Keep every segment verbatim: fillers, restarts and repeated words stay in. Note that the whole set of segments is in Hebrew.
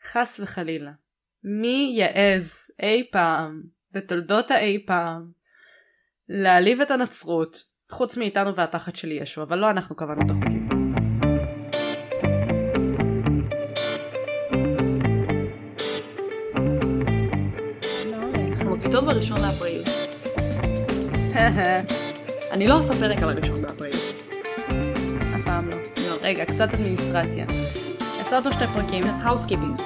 חס וחלילה, מי יעז אי פעם, בתולדות האי פעם, להעליב את הנצרות, חוץ מאיתנו והתחת של ישו, אבל לא אנחנו קבענו את החוקים. אנחנו מקליטות בראשון לאפריל. אני לא עושה פרק על הראשון באפריל. הפעם לא. רגע, קצת אדמיניסטרציה. הפסדנו שתי פרקים. האוסקיפינג.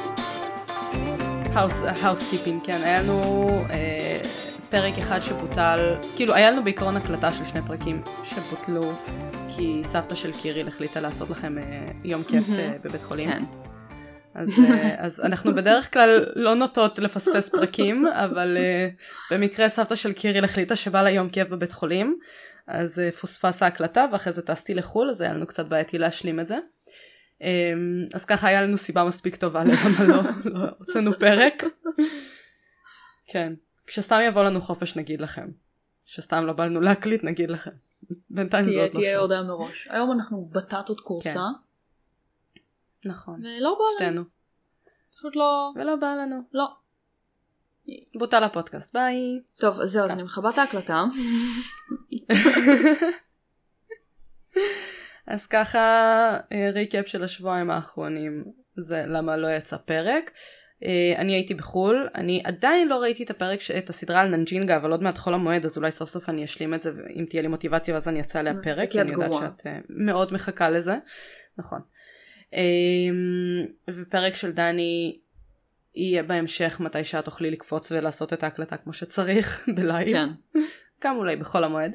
האוסקיפינג, כן. היה לנו אה, פרק אחד שבוטל, כאילו היה לנו בעיקרון הקלטה של שני פרקים שבוטלו, כי סבתא של קיריל החליטה לעשות לכם אה, יום כיף אה, בבית חולים. כן. אז, אז אנחנו בדרך כלל לא נוטות לפספס פרקים, אבל uh, במקרה סבתא של קיריל החליטה שבא לה יום כיף בבית חולים, אז uh, פוספס ההקלטה, ואחרי זה טסתי לחול, אז היה לנו קצת בעייתי להשלים את זה. Um, אז ככה היה לנו סיבה מספיק טובה למה לא, לא הוצאנו פרק. כן, כשסתם יבוא לנו חופש נגיד לכם. כשסתם לא בא לנו להקליט נגיד לכם. בינתיים זאת לא שם. תהיה הודעה מראש. היום אנחנו בטטות קורסה. כן. נכון. ולא בא לנו. פשוט לא. ולא בא לנו. לא. בוטל הפודקאסט, ביי. טוב, אז זהו, אז אני מכבה את ההקלטה. אז ככה, ריקאפ של השבועיים האחרונים, זה למה לא יצא פרק. אני הייתי בחול, אני עדיין לא ראיתי את הפרק, את הסדרה על ננג'ינגה, אבל עוד מעט חול המועד, אז אולי סוף סוף אני אשלים את זה, אם תהיה לי מוטיבציה, ואז אני אעשה עליה פרק, כי אני יודעת שאת מאוד מחכה לזה. נכון. ופרק של דני יהיה בהמשך מתי שאת תוכלי לקפוץ ולעשות את ההקלטה כמו שצריך בלייב. כן. גם אולי בחול המועד.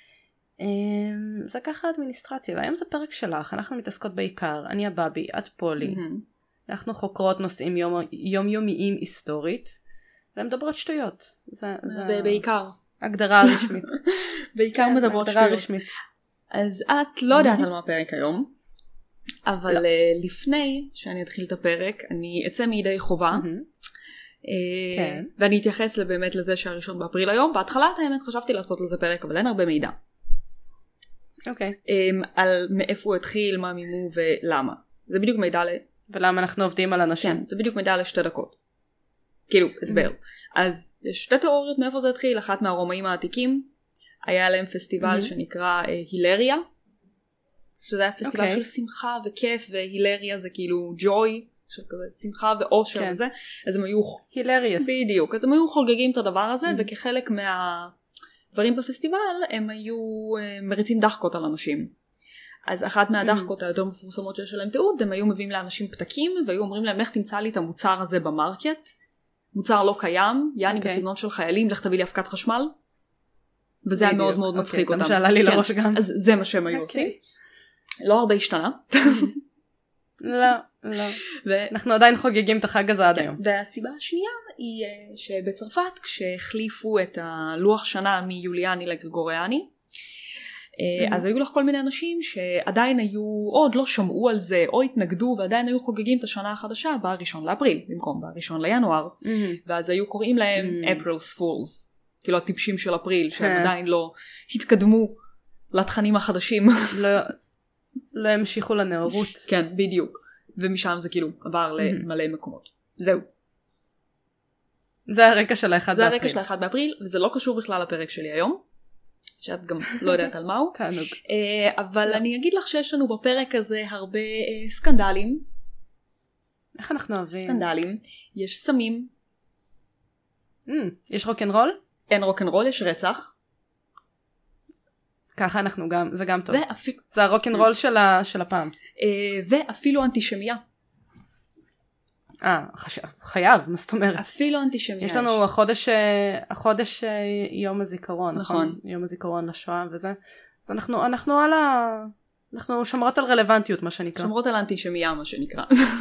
זה ככה אדמיניסטרציה, והיום זה פרק שלך, אנחנו מתעסקות בעיקר, אני הבאבי, את פולי. אנחנו חוקרות נושאים יומיומיים היסטורית, והן מדברות שטויות. בעיקר. הגדרה רשמית. בעיקר מדברות שטויות. אז את לא יודעת על מה הפרק היום. אבל לא. לפני שאני אתחיל את הפרק, אני אצא מידי חובה, mm-hmm. כן. ואני אתייחס באמת לזה שהראשון באפריל היום. בהתחלת האמת חשבתי לעשות לזה פרק, אבל אין הרבה מידע. אוקיי. Okay. על מאיפה הוא התחיל, מה מימו ולמה. זה בדיוק מידע ל... ולמה אנחנו עובדים על אנשים. כן, זה בדיוק מידע לשתי דקות. כאילו, הסבר. Mm-hmm. אז יש שתי תיאוריות מאיפה זה התחיל. אחת מהרומאים העתיקים, היה להם פסטיבל mm-hmm. שנקרא הילריה. שזה היה פסטיבל okay. של שמחה וכיף, והילריה זה כאילו ג'וי, של כזה שמחה ואושר כן. וזה, אז הם היו... הילריוס. בדיוק, אז הם היו חוגגים את הדבר הזה, mm-hmm. וכחלק מהדברים בפסטיבל, הם היו uh, מריצים דחקות על אנשים. אז אחת מהדחקות mm-hmm. היותר מפורסמות שיש עליהם תיעוד, הם היו מביאים לאנשים פתקים, והיו אומרים להם, לך תמצא לי את המוצר הזה במרקט, מוצר לא קיים, יעני okay. בסגנון של חיילים, לך תביא לי הפקת חשמל, וזה היה מאוד מאוד okay, מצחיק אותם. זה מה שעלה לי כן. לראש גם. אז זה מה שהם היו okay. עושים. לא הרבה השתנה. לא, לא. אנחנו עדיין חוגגים את החג הזה עד היום. והסיבה השנייה היא שבצרפת, כשהחליפו את הלוח שנה מיוליאני לגרגוריאני, אז היו לך כל מיני אנשים שעדיין היו, עוד לא שמעו על זה, או התנגדו, ועדיין היו חוגגים את השנה החדשה בראשון לאפריל, במקום בראשון לינואר, ואז היו קוראים להם April's Fools, כאילו הטיפשים של אפריל, שהם עדיין לא התקדמו לתכנים החדשים. לא... לא המשיכו לנאורות. כן, בדיוק. ומשם זה כאילו עבר למלא מקומות. זהו. זה הרקע של האחד באפריל. זה הרקע של האחד באפריל, וזה לא קשור בכלל לפרק שלי היום, שאת גם לא יודעת על מהו. תענוג. אבל אני אגיד לך שיש לנו בפרק הזה הרבה סקנדלים. איך אנחנו אוהבים? סקנדלים. יש סמים. יש רוק'נ'רול? אין רוק'נ'רול, יש רצח. ככה אנחנו גם, זה גם טוב. ואפ... זה הרוק'נ'רול של, ה... של הפעם. ואפילו אנטישמיה. אה, חש... חייב, מה זאת אומרת? אפילו אנטישמיה. יש לנו החודש, החודש יום הזיכרון, נכון? נכון. יום הזיכרון לשואה וזה. אז אנחנו, אנחנו על ה... אנחנו שומרות על רלוונטיות, מה שנקרא. שומרות על אנטישמיה, מה שנקרא.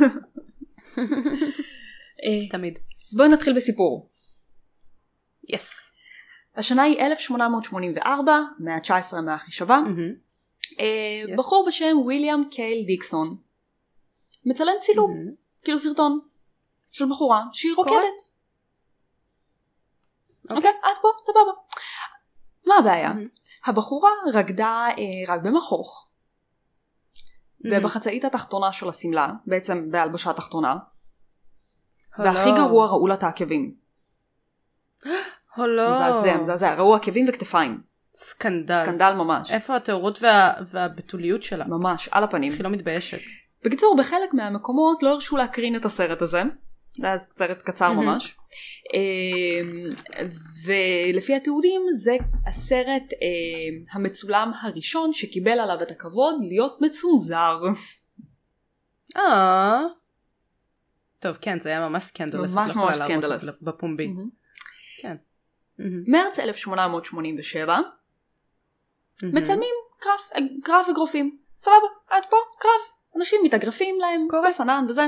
תמיד. אז בואי נתחיל בסיפור. יס. Yes. השנה היא אלף שמונה מאות שמונים וארבע, מאה תשע עשרה מהחישבה. Mm-hmm. uh, yes. בחור בשם וויליאם קייל דיקסון מצלם צילום, mm-hmm. כאילו סרטון של בחורה שהיא רוקדת. אוקיי, okay. okay, עד פה, סבבה. מה הבעיה? Mm-hmm. הבחורה רקדה uh, רק במחוך, mm-hmm. ובחצאית התחתונה של הסמלה, בעצם בהלבשה תחתונה, והכי גרוע ראו לה את העקבים. מזעזע, מזעזע, ראו עקבים וכתפיים. סקנדל. סקנדל ממש. איפה התיאורות וה... והבתוליות שלה? ממש, על הפנים. היא לא מתביישת. בקיצור, בחלק מהמקומות לא הרשו להקרין את הסרט הזה. זה היה סרט קצר ממש. ולפי התיעודים זה הסרט המצולם הראשון שקיבל עליו את הכבוד להיות מצונזר. אה. טוב, כן, זה היה ממש סקנדלס. ממש ממש סקנדלס. בפומבי. כן. מרץ אלף שמונה מאות שמונים ושבע מצלמים קרב, קרב אגרופים. סבבה, עד פה קרב. אנשים מתאגרפים להם, בפנן וזה.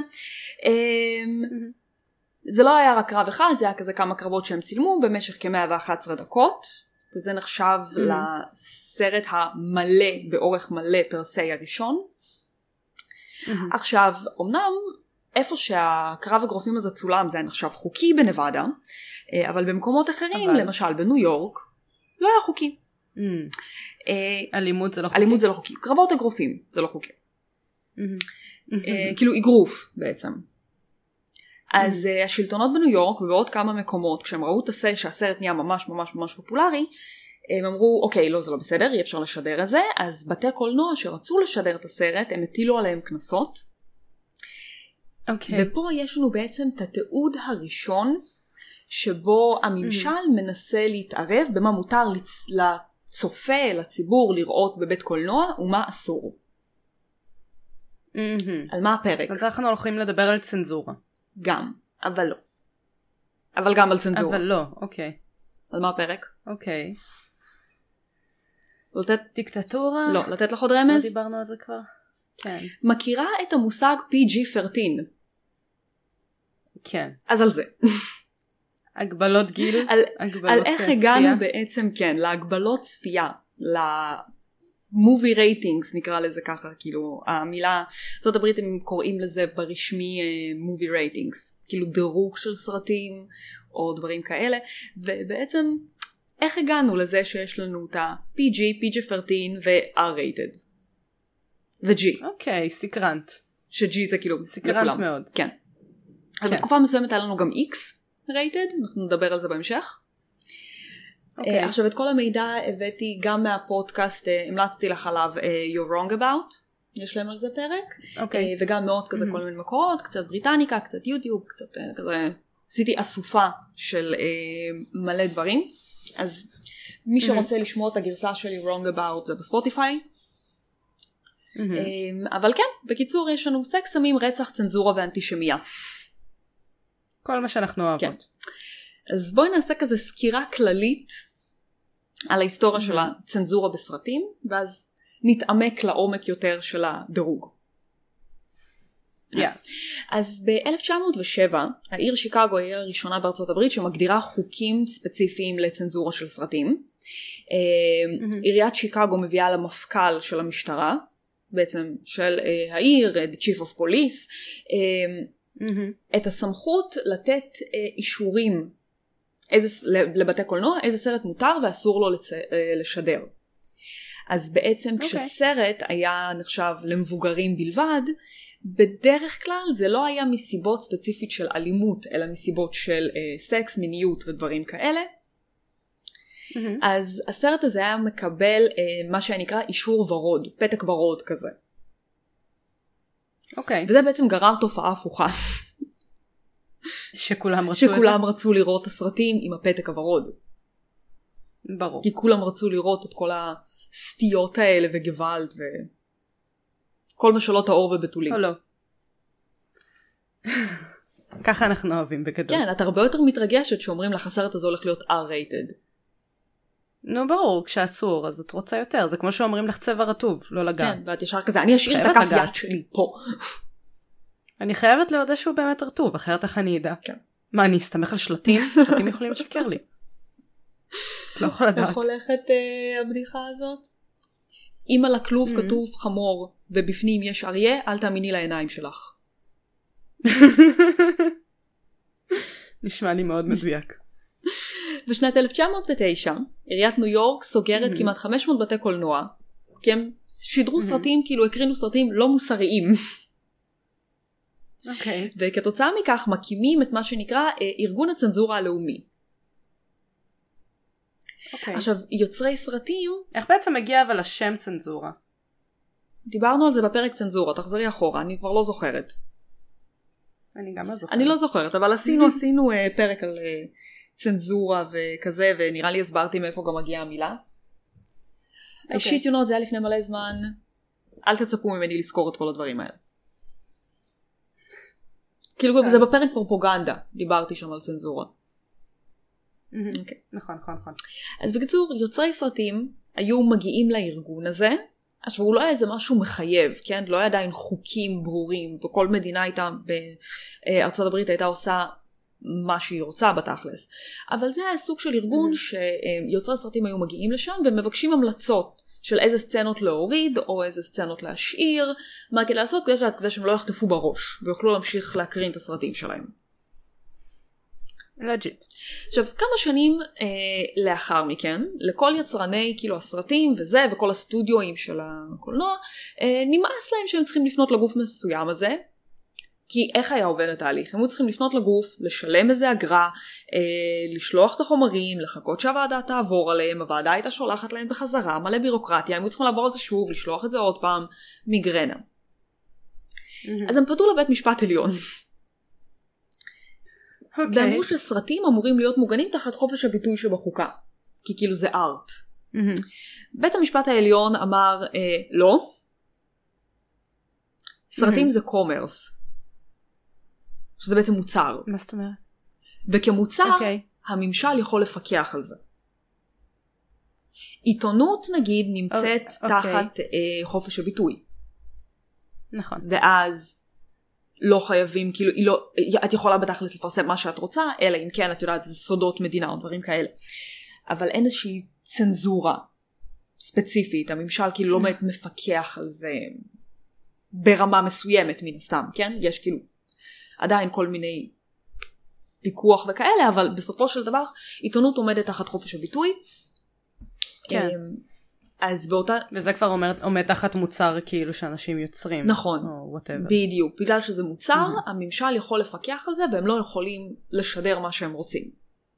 זה לא היה רק קרב אחד, זה היה כזה כמה קרבות שהם צילמו במשך כ-מאה ואחת עשרה דקות. וזה נחשב לסרט המלא, באורך מלא פרסי הראשון. עכשיו, אמנם איפה שהקרב אגרופים הזה צולם זה היה נחשב חוקי בנבדה, אבל במקומות אחרים, אבל... למשל בניו יורק, לא היה חוקי. Mm. אלימות זה לא חוקי? אלימות זה לא חוקי. קרבות אגרופים זה לא חוקי. Mm-hmm. כאילו אגרוף בעצם. אז mm-hmm. השלטונות בניו יורק ובעוד כמה מקומות, כשהם ראו את הסרט שהסרט נהיה ממש ממש ממש פופולרי, הם אמרו, אוקיי, לא, זה לא בסדר, אי אפשר לשדר את זה. אז בתי קולנוע שרצו לשדר את הסרט, הם הטילו עליהם קנסות. אוקיי. ופה יש לנו בעצם את התיעוד הראשון, שבו הממשל mm-hmm. מנסה להתערב במה מותר לצ... לצופה, לציבור, לראות בבית קולנוע, ומה אסור. Mm-hmm. על מה הפרק? אז אנחנו הולכים לדבר על צנזורה. גם, אבל לא. אבל גם על צנזורה. אבל לא, אוקיי. על מה הפרק? אוקיי. לתת... דיקטטורה? לא, לתת לך עוד רמז? לא דיברנו על זה כבר? כן. מכירה את המושג פי ג'י שלוש עשרה? כן. אז על זה. הגבלות גיל? על, הגבלות על איך צפייה? הגענו בעצם, כן, להגבלות צפייה, למובי רייטינגס נקרא לזה ככה, כאילו המילה, זאת הברית הם קוראים לזה ברשמי מובי uh, רייטינגס, כאילו דירוג של סרטים או דברים כאלה, ובעצם איך הגענו לזה שיש לנו את ה-פי ג'י, פי ג'י שלוש עשרה ו-R rated ו-G. אוקיי, סקרנט. ש-G זה כאילו סקרנט לכולם. מאוד. כן. אז בתקופה מסוימת היה לנו גם X rated, אנחנו נדבר על זה בהמשך. Okay. עכשיו את כל המידע הבאתי גם מהפודקאסט, המלצתי לך עליו You're Wrong About, יש להם על זה פרק, okay. וגם מאוד כזה mm-hmm. כל מיני מקורות, קצת בריטניקה, קצת יוטיוב, קצת כזה, עשיתי אסופה של מלא דברים, אז מי שרוצה mm-hmm. לשמוע את הגרסה של You're Wrong About זה בספוטיפיי, mm-hmm. אבל כן, בקיצור יש לנו סקס, סמים, רצח, צנזורה ואנטישמיה. כל מה שאנחנו אוהבות. כן. אז בואי נעשה כזה סקירה כללית על ההיסטוריה של הצנזורה בסרטים, ואז נתעמק לעומק יותר של הדירוג. Yeah. אז ב-אלף תשע מאות ושבע, העיר שיקגו היא הראשונה בארצות הברית שמגדירה חוקים ספציפיים לצנזורה של סרטים. Mm-hmm. עיריית שיקגו מביאה למפכ"ל של המשטרה, בעצם של uh, העיר, the chief of police, uh, mm-hmm. את הסמכות לתת uh, אישורים איזה, לבתי קולנוע, איזה סרט מותר ואסור לו לצ... לשדר. אז בעצם okay. כשסרט היה נחשב למבוגרים בלבד, בדרך כלל זה לא היה מסיבות ספציפית של אלימות, אלא מסיבות של אה, סקס, מיניות ודברים כאלה. Mm-hmm. אז הסרט הזה היה מקבל אה, מה שנקרא אישור ורוד, פתק ורוד כזה. אוקיי. Okay. וזה בעצם גרר תופעה הפוכה. שכולם רצו שכולם רצו לראות את הסרטים עם הפתק הוורוד. ברור. כי כולם רצו לראות את כל הסטיות האלה וגוואלד וכל מה שלא טהור ובתולים. או לא. ככה אנחנו אוהבים בגדול. כן, את הרבה יותר מתרגשת שאומרים לך הסרט הזה הולך להיות R rated. נו ברור, כשאסור אז את רוצה יותר. זה כמו שאומרים לך צבע רטוב, לא לגעת. כן, ואת ישר כזה, אני אשאיר את הכף יד שלי פה. אני חייבת להודע שהוא באמת רטוב, אחרת איך אני אדע. כן. מה, אני אסתמך על שלטים? שלטים יכולים לשקר לי. לא יכול לדעת. איך הולכת uh, הבדיחה הזאת? אם על הכלוב mm-hmm. כתוב חמור, ובפנים יש אריה, אל תאמיני לעיניים שלך. נשמע לי מאוד מדויק. בשנת אלף תשע מאות ותשע, עיריית ניו יורק סוגרת mm-hmm. כמעט חמש מאות בתי קולנוע, כי הם שידרו mm-hmm. סרטים, כאילו הקרינו סרטים לא מוסריים. אוקיי. וכתוצאה מכך מקימים את מה שנקרא ארגון הצנזורה הלאומי. אוקיי. עכשיו, יוצרי סרטים... איך בעצם מגיע אבל השם צנזורה? דיברנו על זה בפרק צנזורה, תחזרי אחורה, אני כבר לא זוכרת. אני גם לא זוכרת. אני לא זוכרת, אבל עשינו, עשינו uh, פרק על uh, צנזורה וכזה, ונראה לי הסברתי מאיפה גם מגיעה המילה. Okay. אישית יונות, זה היה לפני מלא זמן, אל תצפו ממני לזכור את כל הדברים האלה. כאילו okay. זה בפרק פרופוגנדה, דיברתי שם על צנזורה. Mm-hmm. Okay. נכון, נכון, נכון. אז בקיצור, יוצרי סרטים היו מגיעים לארגון הזה, עכשיו הוא לא היה איזה משהו מחייב, כן? לא היה עדיין חוקים ברורים, וכל מדינה הייתה, בארצות הברית הייתה עושה מה שהיא רוצה בתכלס. אבל זה היה סוג של ארגון שיוצרי סרטים היו מגיעים לשם, ומבקשים המלצות של איזה סצנות להוריד, או איזה סצנות להשאיר, מה כדי לעשות, כדי, כדי שהם לא יחטפו בראש, ויוכלו להמשיך להקרין את הסרטים שלהם. לג'יט. עכשיו, כמה שנים אה, לאחר מכן, לכל יצרני כאילו הסרטים וזה, וכל הסטודיואים של הקולנוע, אה, נמאס להם שהם צריכים לפנות לגוף מסוים הזה, כי איך היה עובד התהליך? הם היו צריכים לפנות לגוף, לשלם איזה אגרה, אה, לשלוח את החומרים, לחכות שהוועדה תעבור עליהם, הוועדה הייתה שולחת להם בחזרה, מלא בירוקרטיה, הם היו צריכים לעבור על זה שוב, לשלוח את זה עוד פעם, מיגרנה. Mm-hmm. אז הם פתו לבית משפט עליון. Okay. ואמרו שסרטים אמורים להיות מוגנים תחת חופש הביטוי שבחוקה, כי כאילו זה ארט. Mm-hmm. בית המשפט העליון אמר, אה, לא, סרטים mm-hmm. זה קומרס, שזה בעצם מוצר. מה זאת אומרת? וכמוצר, okay. הממשל יכול לפקח על זה. עיתונות נגיד נמצאת okay. תחת אה, חופש הביטוי. נכון. ואז לא חייבים, כאילו, לא, את יכולה בתכלס לפרסם מה שאת רוצה, אלא אם כן, את יודעת, זה סודות מדינה או דברים כאלה. אבל אין איזושהי צנזורה ספציפית, הממשל כאילו לא באמת מפקח על זה ברמה מסוימת מן הסתם, כן? יש כאילו עדיין כל מיני פיקוח וכאלה, אבל בסופו של דבר, עיתונות עומדת תחת חופש הביטוי. כן. אז באותה... וזה כבר עומד, עומד תחת מוצר כאילו שאנשים יוצרים. נכון. או whatever. בדיוק. בגלל שזה מוצר, mm-hmm. הממשל יכול לפקח על זה, והם לא יכולים לשדר מה שהם רוצים.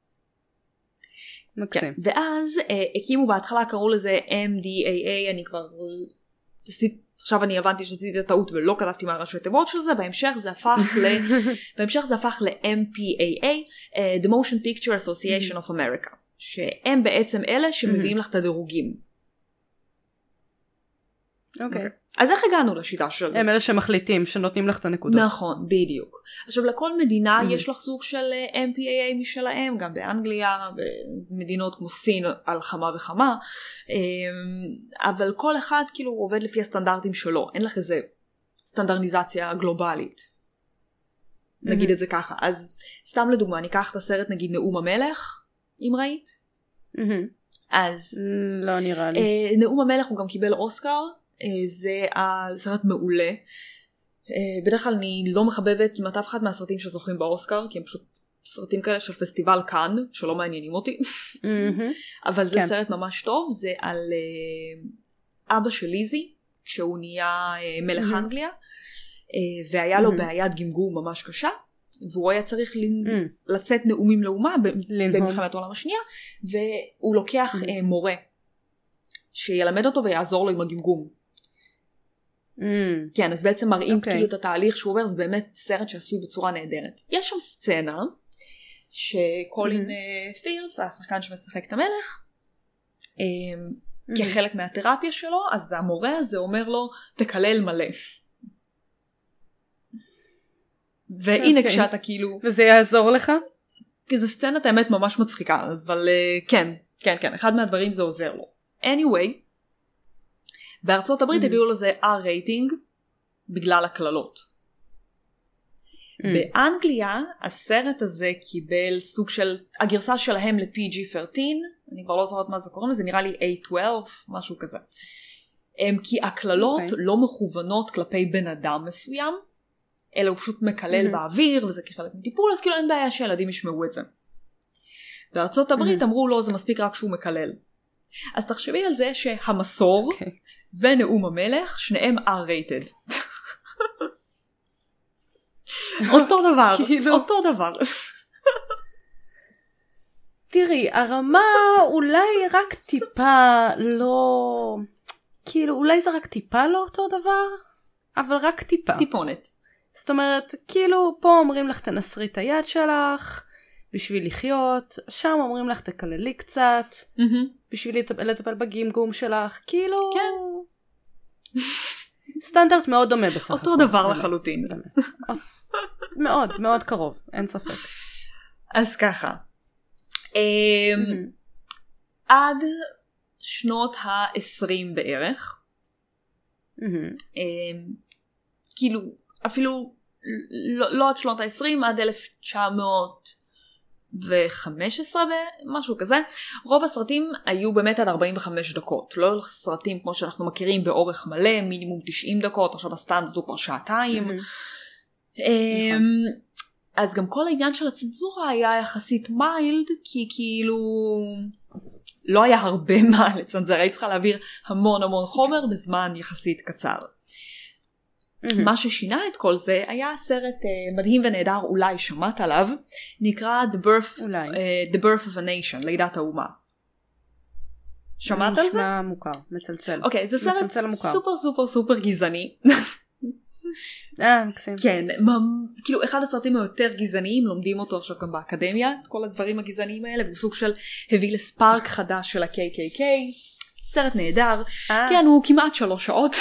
מקסים. כן. ואז אה, הקימו בהתחלה, קראו לזה אם די איי איי, אני כבר... עכשיו אני הבנתי שעשיתי את הטעות ולא כתבתי מה ראשי תיבות של זה, בהמשך זה הפך ל... בהמשך זה הפך ל-אם פי איי איי, uh, The Motion Picture Association mm-hmm. of America, שהם בעצם אלה שמביאים mm-hmm. לך את הדירוגים. אוקיי. Okay. אז איך הגענו לשיטה של... הם אלה שמחליטים, שנותנים לך את הנקודות. נכון, בדיוק. עכשיו לכל מדינה mm-hmm. יש לך סוג של אם פי איי איי משלהם, גם באנגליה, במדינות כמו סין על חמה וחמה, אבל כל אחד כאילו עובד לפי הסטנדרטים שלו, אין לך איזה סטנדרניזציה גלובלית. Mm-hmm. נגיד את זה ככה. אז סתם לדוגמה, אני אקח את הסרט נגיד נאום המלך, אם ראית? Mm-hmm. אז... לא נראה לי. נאום המלך הוא גם קיבל אוסקר, זה הסרט מעולה. בדרך כלל אני לא מחבבת כמעט אף אחד מהסרטים שזוכים באוסקר, כי הם פשוט סרטים כאלה של פסטיבל קאן, שלא מעניינים אותי. אבל זה סרט ממש טוב, זה על אבא של ליזי, כשהוא נהיה מלך אנגליה, והיה לו בעיית גמגום ממש קשה, והוא היה צריך לשאת נאומים לאומה במלחמת העולם השנייה, והוא לוקח מורה שילמד אותו ויעזור לו עם הגמגום. Mm. כן, אז בעצם מראים okay. כאילו את התהליך שהוא עובר, זה באמת סרט שעשוי בצורה נהדרת. יש שם סצנה שקולין mm-hmm. פירף, השחקן שמשחק את המלך, mm-hmm. כחלק מהתרפיה שלו, אז המורה הזה אומר לו, תקלל מלא. והנה okay. כשאתה כאילו... וזה יעזור לך? כי זו סצנת האמת ממש מצחיקה, אבל כן, כן, כן, אחד מהדברים זה עוזר לו. anyway, בארצות הברית mm-hmm. הביאו לזה R רייטינג בגלל הכללות. Mm-hmm. באנגליה הסרט הזה קיבל סוג של, הגרסה שלהם ל-פי ג'י שלוש עשרה, אני כבר לא זוכרת מה זה קוראים, זה נראה לי איי שתים עשרה, משהו כזה. הם, כי הכללות okay. לא מכוונות כלפי בן אדם מסוים, אלא הוא פשוט מקלל mm-hmm. באוויר, וזה כחלק מטיפול, אז כאילו אין בעיה שילדים ישמעו את זה. בארצות הברית mm-hmm. אמרו לו, זה מספיק רק שהוא מקלל. אז תחשבי על זה שהמסור okay. ונאום המלך, שניהם R-rated. אותו דבר, כאילו... אותו דבר. תראי, הרמה אולי רק טיפה לא... כאילו, אולי זה רק טיפה לא אותו דבר, אבל רק טיפה. טיפונת. זאת אומרת, כאילו, פה אומרים לך תנסרי את היד שלך, בשביל לחיות, שם אומרים לך תקללי קצת, Mm-hmm. בשביל לטפל, לטפל בגימגום שלך, כאילו... כן. סטנדרט מאוד דומה בסך אותו הכל. דבר באמת, לחלוטין. באמת. מאוד, מאוד קרוב, אין ספק. אז ככה. אמ, עד שנות ה-עשרים בערך, אמ, כאילו אפילו לא, לא עד שנות ה-עשרים, עד אלף תשע מאות וחמש עשרה משהו כזה, רוב הסרטים היו באמת עד ארבעים וחמש דקות, לא סרטים כמו שאנחנו מכירים באורך מלא, מינימום תשעים דקות, עכשיו הסטנדרט הוא כבר שעתיים. אז גם כל העניין של הצנזורה היה יחסית מיילד, כי כאילו לא היה הרבה מה לצנזר, היית צריכה להעביר המון המון חומר בזמן יחסית קצר. מה ששינה את כל זה היה סרט uh, מדהים ונהדר, אולי שמעת עליו, נקרא The Birth, uh, The Birth of a Nation, לידת האומה. שמעת על זה? נשמע מוכר, מצלצל. אוקיי, זה סרט סופר סופר סופר גזעני. אה, מקסים. כן, כאילו אחד הסרטים היותר גזעניים, לומדים אותו עכשיו גם באקדמיה, כל הדברים הגזעניים האלה, והוא סוג של הביא לספארק חדש של ה-קיי קיי קיי, סרט נהדר, כן, הוא כמעט שלוש שעות.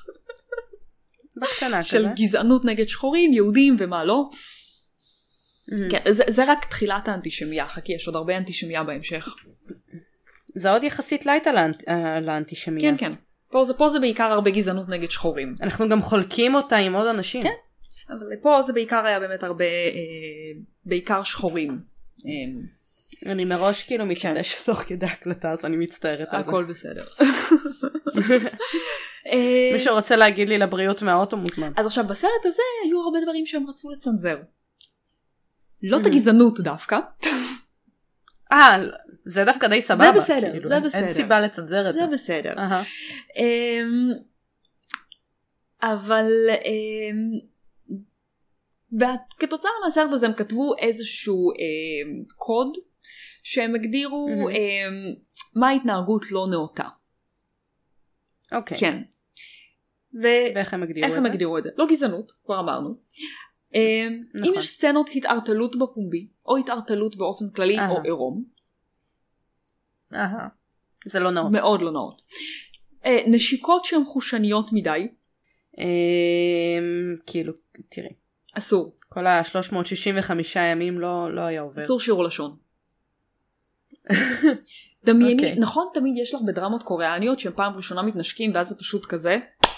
בקטנה של כזה. גזענות נגד שחורים, יהודים ומה לא. כן, זה, זה רק תחילת האנטישמיה, חכי, יש עוד הרבה אנטישמיה בהמשך. זה עוד יחסית לייט על האנט, האנטישמיה. כן, כן. פה זה, פה זה בעיקר הרבה גזענות נגד שחורים. אנחנו גם חולקים אותה עם עוד אנשים. כן, אבל פה זה בעיקר היה באמת הרבה, אה, בעיקר שחורים. אה, אני מראש כאילו מתחדשת תוך כדי הקלטה, אז אני מצטערת על זה. הכל בסדר. מי שרוצה להגיד לי לבריאות מהאוטו מוזמן. אז עכשיו בסרט הזה היו הרבה דברים שהם רצו לצנזר. לא את הגזענות דווקא. אה, זה דווקא די סבבה. זה בסדר, כאילו, זה בסדר. אין סיבה לצנזר את זה. זה בסדר. Uh-huh. אבל כתוצאה מהסרט הזה הם כתבו איזשהו קוד שהם הגדירו מה ההתנהגות לא נאותה. אוקיי. כן. ואיך הם הגדירו את זה? איך הם הגדירו את זה? לא גזענות, כבר אמרנו. אם יש סצנות התערטלות בפומבי, או התערטלות באופן כללי, או עירום. זה לא נאות. מאוד לא נאות. נשיקות שהן חושניות מדי. כאילו, תראי. אסור. כל ה-שלוש מאות שישים וחמישה ימים לא היה עובר. אסור שיעור לשון. דמייני, נכון תמיד יש לך בדרמות קוריאניות שהם פעם ראשונה מתנשקים ואז זה פשוט כזה.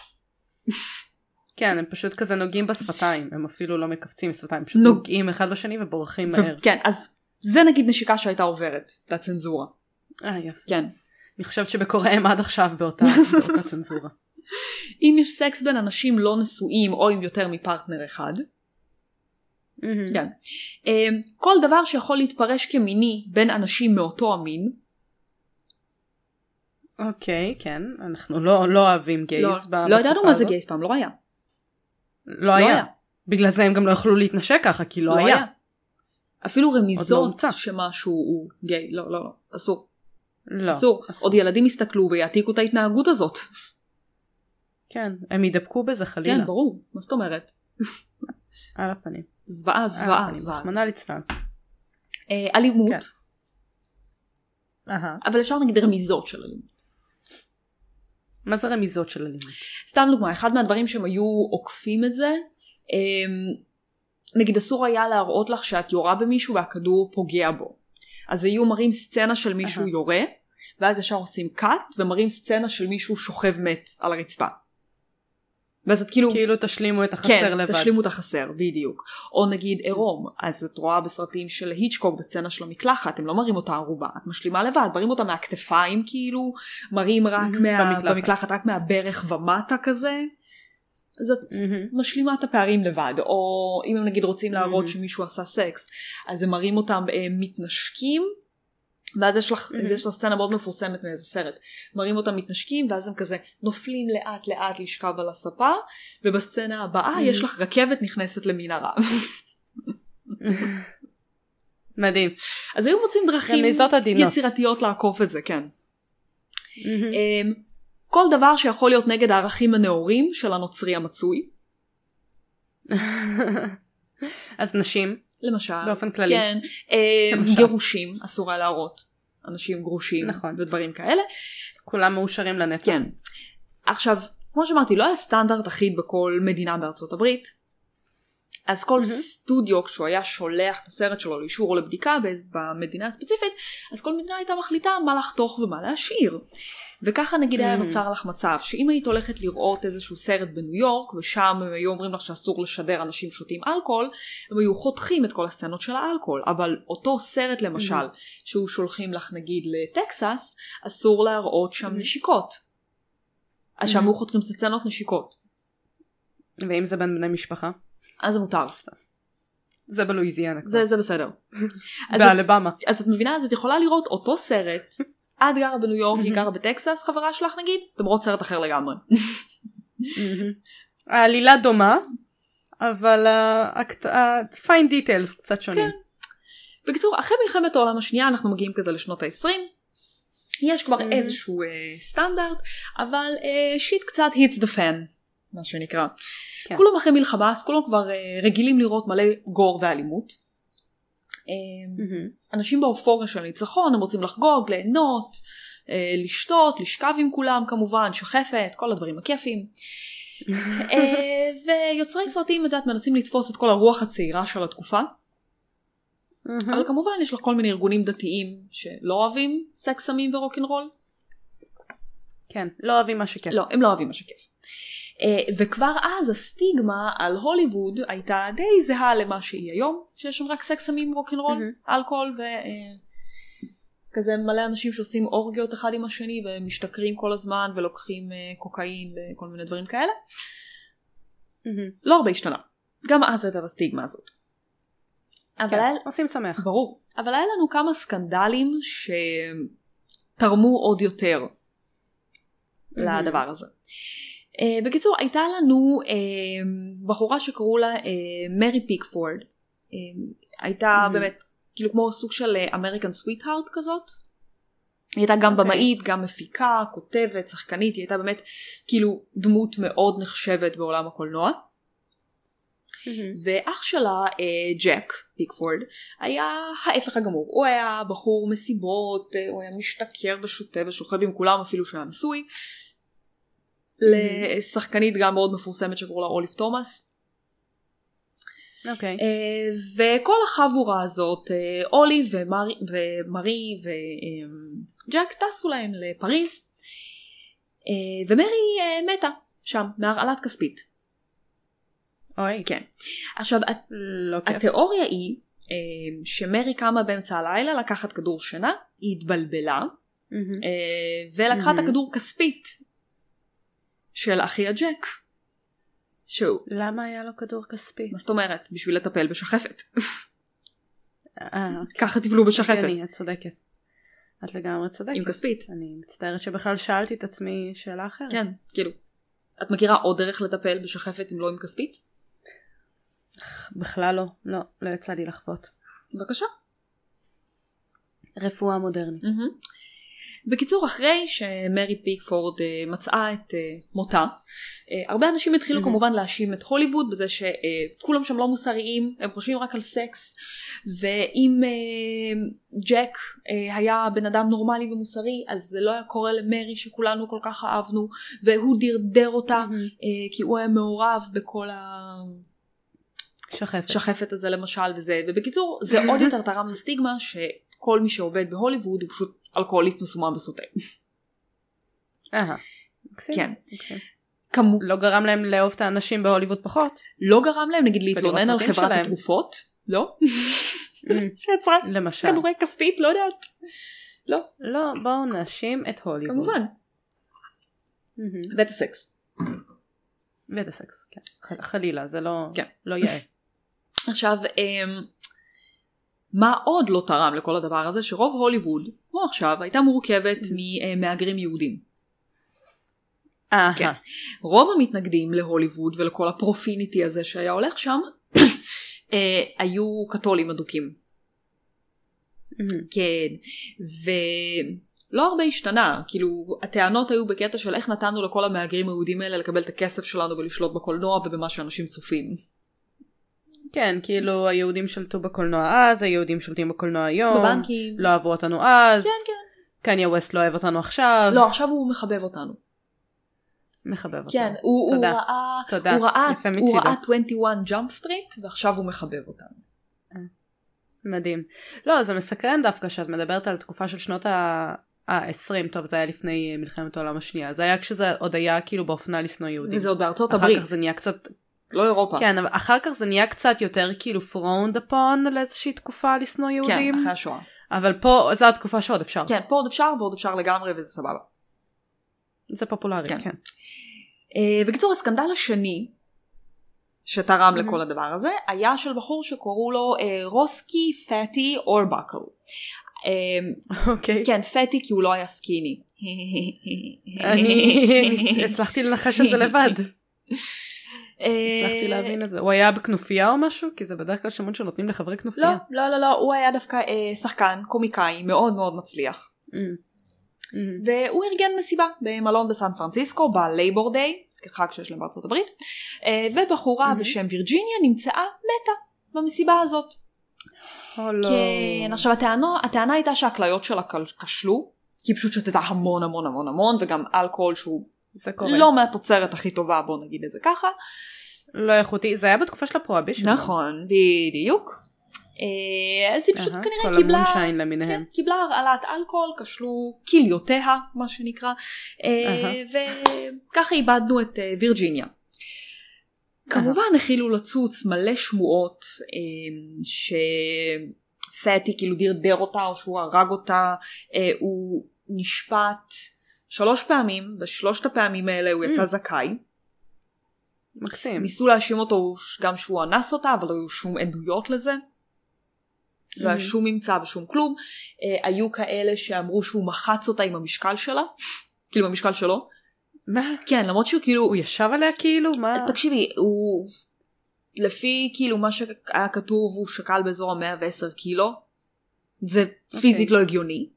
כן, הם פשוט כזה נוגעים בשפתיים, הם אפילו לא מקפצים בשפתיים, הם פשוט נוגעים אחד בשני ובורחים מהר. כן, אז זה נגיד נשיקה שהייתה עוברת, לצנזורה. אה, יפה. כן. אני חושבת שבקוריאה הם עד עכשיו באותה צנזורה. אם יש סקס בין אנשים לא נשואים או עם יותר מפרטנר אחד, כן. כל דבר שיכול להתפרש כמיני בין אנשים מאותו המין. אוקיי, כן. אנחנו לא אוהבים גייז. לא ידענו מה זה גייז פעם, לא היה. לא היה. בגלל זה הם גם לא יכלו להתנשק ככה, כי לא היה. אפילו רמיזות שמשהו הוא גיי. לא, לא, לא. אסור. לא. אסור. עוד ילדים יסתכלו ויעתיקו את ההתנהגות הזאת. כן, הם ידבקו בזה חלילה. כן, ברור. מה זאת אומרת? על הפנים. זוועה, זוועה, זוועה. רחמנא ליצלן. אלימות. אבל אפשר נגיד רמיזות של אלימות. מה זה רמיזות של אלימות? סתם דוגמה, אחד מהדברים שהם היו עוקפים את זה, נגיד אסור היה להראות לך שאת יורה במישהו והכדור פוגע בו. אז היו מראים סצנה של מישהו יורה, ואז ישר עושים קאט, ומראים סצנה של מישהו שוכב מת על הרצפה. ואז את כאילו... כאילו תשלימו את החסר כן, לבד. כן, תשלימו את החסר, בדיוק. או נגיד עירום, אז את רואה בסרטים של היצ'קוק בסצנה של המקלחת, הם לא מראים אותה ערובה, את משלימה לבד, מראים אותה מהכתפיים כאילו, מראים רק מה... במקלחת. במקלחת, רק מהברך ומטה כזה, אז את משלימה את הפערים לבד. או אם הם נגיד רוצים להראות שמישהו עשה סקס, אז הם מראים אותם מתנשקים, ואז יש לך, mm-hmm. יש לה סצנה מאוד מפורסמת מאיזה סרט. מראים אותם מתנשקים, ואז הם כזה נופלים לאט לאט לשכב על הספה, ובסצנה הבאה mm-hmm. יש לך רכבת נכנסת למנהרה. מדהים. אז היו מוצאים דרכים יצירתיות לעקוף את זה, כן. Mm-hmm. כל דבר שיכול להיות נגד הערכים הנאורים של הנוצרי המצוי. אז נשים. למשל. באופן כללי. כן. למשל. גירושים, אסור היה להראות. אנשים גרושים. נכון. ודברים כאלה. כולם מאושרים לנצח. כן. עכשיו, כמו שאמרתי, לא היה סטנדרט אחיד בכל מדינה בארצות הברית. אז כל mm-hmm. סטודיו, כשהוא היה שולח את הסרט שלו לאישור או לבדיקה במדינה הספציפית, אז כל מדינה הייתה מחליטה מה לחתוך ומה להשאיר. וככה נגיד היה נוצר לך מצב, שאם היית הולכת לראות איזשהו סרט בניו יורק, ושם הם היו אומרים לך שאסור לשדר אנשים שותים אלכוהול, הם היו חותכים את כל הסצנות של האלכוהול, אבל אותו סרט למשל, שהוא שולחים לך נגיד לטקסס, אסור להראות שם נשיקות. אז שם היו חותכים סצנות נשיקות. ואם זה בין בני משפחה? אז זה מותר. זה בלואיזיאנה. זה, זה בסדר. באלבמה. אז את מבינה, אז את יכולה לראות אותו סרט, את גרה בניו יורק, היא גרה בטקסס, חברה שלך נגיד, אתם רואות סרט אחר לגמרי. העלילה דומה, אבל ה-fine details קצת שונים. בקיצור, אחרי מלחמת העולם השנייה, אנחנו מגיעים כזה לשנות ה-עשרים, יש כבר איזשהו סטנדרט, אבל שיט קצת hits the fan, מה שנקרא. כולם אחרי מלחמה, אז כולם כבר רגילים לראות מלא גור ואלימות. אנשים באופוריה של ניצחון, הם רוצים לחגוג, ליהנות, לשתות, לשכב עם כולם כמובן, שחפת, כל הדברים הכיפים. ויוצרי סרטים יודעת מנסים לתפוס את כל הרוח הצעירה של התקופה. אבל כמובן יש לך כל מיני ארגונים דתיים שלא אוהבים סקס, סמים ורוק'נ'רול. כן, לא אוהבים מה שכיף. לא, הם לא אוהבים מה שכיף. וכבר אז הסטיגמה על הוליווד הייתה די זהה למה שהיא היום, שיש שם רק סקס, סמים, רוק'נ'רול, אלכוהול וכזה מלא אנשים שעושים אורגיות אחד עם השני ומשתכרים כל הזמן ולוקחים קוקאין וכל מיני דברים כאלה. לא הרבה השתנה. גם אז הייתה הסטיגמה הזאת. עושים שמח. ברור. אבל היה לנו כמה סקנדלים שתרמו עוד יותר לדבר הזה. Uh, בקיצור, הייתה לנו uh, בחורה שקראו לה uh, מרי פיקפורד. Uh, הייתה mm-hmm. באמת כאילו כמו סוג של אמריקן סוויט-הארט כזאת. היא הייתה גם okay. במאית, גם מפיקה, כותבת, שחקנית. היא הייתה באמת כאילו דמות מאוד נחשבת בעולם הקולנוע. Mm-hmm. ואח שלה, uh, ג'ק פיקפורד, היה ההפך הגמור. הוא היה בחור מסיבות, uh, הוא היה משתכר ושוטה ושוכב עם כולם אפילו שהיה נשוי. לשחקנית גם מאוד מפורסמת שקראו לה אוליב תומאס. אוקיי. וכל החבורה הזאת, אוליב ומרי וג'ק טסו להם לפריז, ומרי מתה שם מהרעלת כספית. אוי. כן. עכשיו, התיאוריה היא שמרי קמה באמצע הלילה לקחת כדור שינה, היא התבלבלה, ולקחה את הכדור כספית של אחי הג'ק. שהוא. למה היה לו כדור כספי? מה זאת אומרת? בשביל לטפל בשחפת. ככה טיפלו בשחפת. אני, את צודקת. את לגמרי צודקת. עם כספית. אני מצטערת שבכלל שאלתי את עצמי שאלה אחרת. כן, כאילו. את מכירה עוד דרך לטפל בשחפת אם לא עם כספית? בכלל לא. לא, לא יצא לי לחוות. בבקשה. רפואה מודרנית. בקיצור, אחרי שמרי פיקפורד uh, מצאה את uh, מותה, uh, הרבה אנשים התחילו mm-hmm. כמובן להאשים את הוליווד בזה שכולם uh, שם לא מוסריים, הם חושבים רק על סקס, ואם uh, ג'ק uh, היה בן אדם נורמלי ומוסרי, אז זה לא היה קורה למרי שכולנו כל כך אהבנו, והוא דרדר אותה, mm-hmm. uh, כי הוא היה מעורב בכל השחפת שחפת הזה למשל וזה, ובקיצור זה עוד יותר תרם לסטיגמה שכל מי שעובד בהוליווד הוא פשוט אלכוהוליסט מסומם וסוטה. אהה. כן. כמו... לא גרם להם לאהוב את האנשים בהוליווד פחות? לא גרם להם נגיד להתלונן על חברת שלהם. התרופות? לא. שיצרה למשל. כדורי כספית, לא יודעת. לא. לא, בואו נאשים את הוליווד. כמובן. ואת הסקס. ואת הסקס, כן. חלילה, זה לא, כן. לא יאה. עכשיו, מה עוד לא תרם לכל הדבר הזה? שרוב הוליווד, כמו עכשיו, הייתה מורכבת ממהגרים יהודים. כן. רוב המתנגדים להוליווד ולכל הפרופיניטי הזה שהיה הולך שם, היו קתולים אדוקים. כן. ולא הרבה השתנה, כאילו הטענות היו בקטע של איך נתנו לכל המהגרים היהודים האלה לקבל את הכסף שלנו ולשלוט בקולנוע ובמה שאנשים צופים. כן, כאילו היהודים שלטו בקולנוע אז, היהודים שולטים בקולנוע היום. בבנקים. לא אהבו אותנו אז. כן, כן. קניה ווסט לא אוהב אותנו עכשיו. לא, עכשיו הוא מחבב אותנו. מחבב אותנו. כן, הוא, תודה. הוא ראה, תודה. הוא ראה, יפה הוא ראה מצידו. עשרים ואחת ג'אמפ סטריט, ועכשיו הוא מחבב אותנו. מדהים. לא, זה מסקרן דווקא שאת מדברת על תקופה של שנות ה-עשרים, טוב, זה היה לפני מלחמת העולם השנייה. זה היה כשזה עוד היה כאילו באופנה לשנוא יהודים. וזה עוד בארצות אחר הברית. כך זה נהיה קצת... לא אירופה. כן, אבל אחר כך זה נהיה קצת יותר כאילו frowned upon לאיזושהי תקופה לשנוא יהודים. כן, אחרי השואה. אבל פה, זו התקופה שעוד אפשר. כן, פה עוד אפשר ועוד אפשר לגמרי וזה סבבה. זה פופולרי, כן. כן. Uh, בקיצור, הסקנדל השני שתרם לכל הדבר הזה היה של בחור שקוראו לו uh, רוסקי פטי אורבקל. אוקיי. כן, פטי כי הוא לא היה סקיני. אני הצלחתי לנחש את זה לבד. הצלחתי להבין את זה. הוא היה בכנופיה או משהו? כי זה בדרך כלל שמות שנותנים לחברי כנופיה. לא, לא, לא, לא. הוא היה דווקא uh, שחקן, קומיקאי, מאוד מאוד מצליח. והוא ארגן מסיבה במלון בסן פרנסיסקו בלייבור דיי, חג שיש להם בארצות הברית, ובחורה בשם וירג'יניה נמצאה מתה במסיבה הזאת. כן, עכשיו הטענה, הטענה הייתה שהכליות שלה כשלו, כי היא פשוט שתתה המון המון המון המון, וגם אלכוהול שהוא לא מהתוצרת הכי טובה, בוא נגיד את זה ככה. לא איכותי, זה היה בתקופה של הפרוהיבישן. נכון, בדיוק. אז היא פשוט כנראה קיבלה קיבלה הרעלת אלכוהול, כשלו כליותיה מה שנקרא, וככה איבדנו את וירג'יניה. כמובן החילו לצוץ מלא שמועות שפטי כאילו דרדר אותה או שהוא הרג אותה. הוא נשפט שלוש פעמים, בשלושת הפעמים האלה הוא יצא זכאי. מקסים. ניסו להאשים אותו גם שהוא אנס אותה, אבל לא היו שום עדויות לזה. לא היה שום ממצא ושום כלום. אה, היו כאלה שאמרו שהוא מחץ אותה עם המשקל שלה, כאילו המשקל שלו. מה? כן, למרות שהוא כאילו... הוא ישב עליה כאילו? מה? תקשיבי, הוא... לפי כאילו מה שהיה כתוב, הוא שקל באזור ה-מאה ועשר קילו. זה okay. פיזית לא הגיוני.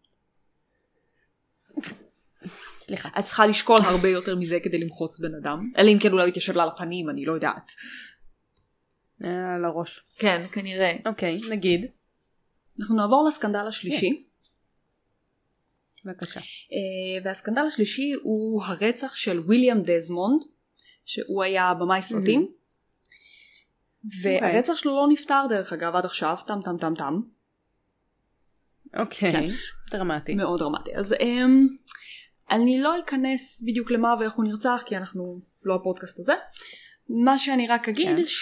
סליחה. את צריכה לשקול הרבה יותר מזה כדי למחוץ בן אדם. אלא אם כן אולי יתיישב לה לפנים, אני לא יודעת. על הראש. כן, כנראה. אוקיי, okay, נגיד. אנחנו נעבור לסקנדל השלישי. בבקשה. והסקנדל השלישי הוא הרצח של ויליאם דזמונד, שהוא היה במאי סרטים. והרצח שלו לא נפטר דרך אגב עד עכשיו, טם טם טם טם. אוקיי, דרמטי. מאוד דרמטי. אז אני לא אכנס בדיוק למה ואיך הוא נרצח, כי אנחנו לא הפודקאסט הזה. מה שאני רק אגיד ש...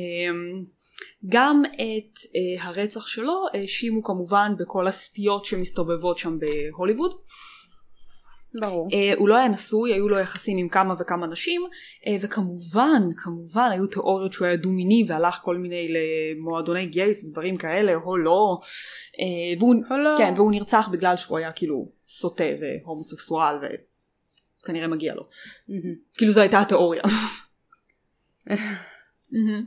גם את uh, הרצח שלו האשימו כמובן בכל הסטיות שמסתובבות שם בהוליווד. ברור. Uh, הוא לא היה נשוי, היו לו יחסים עם כמה וכמה נשים, uh, וכמובן, כמובן היו תיאוריות שהוא היה דו-מיני והלך כל מיני למועדוני גייס ודברים כאלה, או לא. Uh, והוא, או לא. כן, והוא נרצח בגלל שהוא היה כאילו סוטה והומוסקסואל וכנראה מגיע לו. Mm-hmm. כאילו זו הייתה התיאוריה. mm-hmm.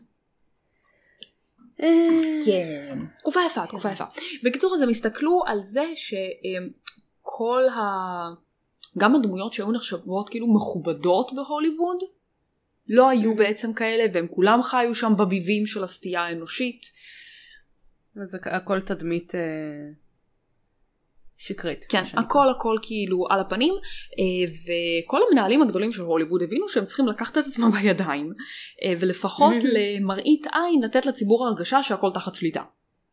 כן, תקופה יפה, תקופה יפה. בקיצור, אז הם הסתכלו על זה שכל ה... גם הדמויות שהיו נחשבות כאילו מכובדות בהוליווד, לא היו בעצם כאלה, והם כולם חיו שם בביבים של הסטייה האנושית. וזה הכל תדמית שקרית. כן, הכל הכל כאילו על הפנים, וכל המנהלים הגדולים של הוליווד הבינו שהם צריכים לקחת את עצמם בידיים, ולפחות למראית עין לתת לציבור הרגשה שהכל תחת שליטה.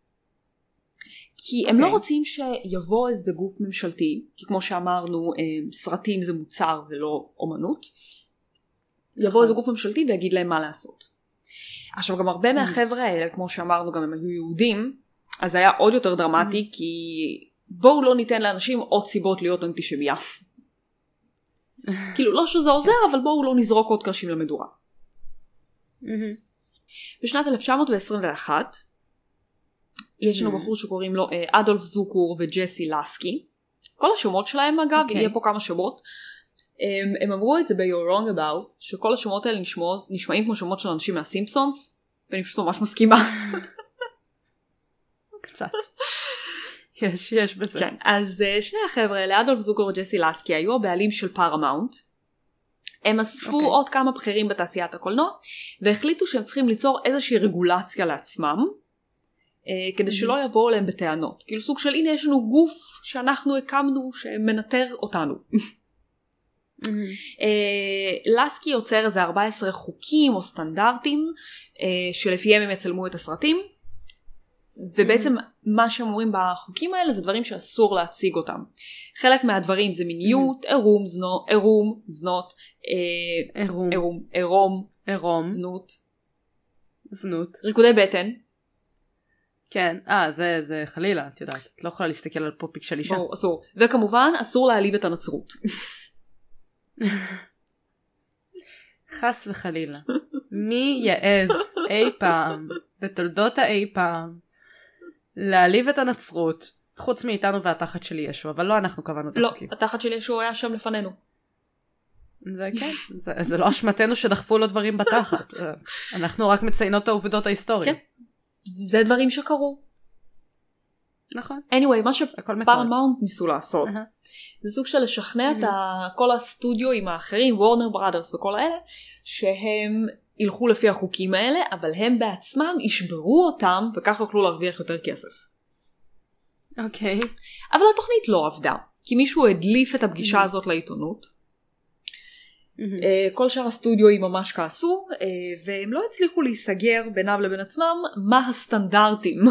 כי הם לא רוצים שיבוא איזה גוף ממשלתי, כי כמו שאמרנו, סרטים זה מוצר ולא אומנות, יבוא איזה גוף ממשלתי ויגיד להם מה לעשות. עכשיו גם הרבה מהחבר'ה האלה, כמו שאמרנו, גם הם היו יהודים, אז היה עוד יותר דרמטי, כי בואו לא ניתן לאנשים עוד סיבות להיות אנטישמיה. כאילו לא שזה עוזר, אבל בואו לא נזרוק עוד קרשים למדורה. בשנת אלף תשע מאות עשרים ואחת, יש לנו בחור שקוראים לו אדולף זוקור וג'סי לסקי. כל השמות שלהם אגב, okay. יהיה פה כמה שמות, הם, הם אמרו את זה ב-You're Wrong About, שכל השמות האלה נשמעות, נשמעים כמו שמות של אנשים מהסימפסונס, ואני פשוט ממש מסכימה. קצת. יש, יש בזה. כן, אז שני החבר'ה, לאדולף זוקר וג'סי לסקי, היו הבעלים של פארמאונט, הם אספו okay. עוד כמה בכירים בתעשיית הקולנוע, והחליטו שהם צריכים ליצור איזושהי רגולציה לעצמם, כדי שלא יבואו להם בטענות. כאילו סוג של הנה יש לנו גוף שאנחנו הקמנו שמנטר אותנו. לסקי יוצר איזה ארבעה עשר חוקים או סטנדרטים שלפיהם הם יצלמו את הסרטים, ובעצם מה שאומרים בחוקים האלה זה דברים שאסור להציג אותם. חלק מהדברים זה מיניות, עירום, זנות, עירום, זנות, עירום, עירום, עירום, זנות, זנות, ריקודי בטן. כן, אה, זה, זה חלילה, את יודעת, את לא יכולה להסתכל על פופיק של אישה. ברור, אסור. וכמובן, אסור להעליב את הנצרות. חס וחלילה. מי יעז אי פעם, בתולדות האי פעם, להעליב את הנצרות, חוץ מאיתנו והתחת של ישו, אבל לא אנחנו קבענו את החוקים. לא, התחת של ישו היה שם לפנינו. זה כן, זה, זה לא אשמתנו שדחפו לו דברים בתחת. אנחנו רק מציינות את העובדות ההיסטוריות. כן. זה דברים שקרו. נכון. anyway, מה שפארמאונט ניסו לעשות, uh-huh. זה סוג של לשכנע mm-hmm. את כל הסטודיו האחרים, וורנר בראדרס וכל האלה, שהם ילכו לפי החוקים האלה, אבל הם בעצמם ישברו אותם, וכך יוכלו להרוויח יותר כסף. אוקיי. Okay. אבל התוכנית לא עבדה, כי מישהו הדליף את הפגישה mm-hmm. הזאת לעיתונות, Mm-hmm. כל שאר הסטודיואים ממש כעסו, והם לא הצליחו להיסגר בינם לבין עצמם מה הסטנדרטים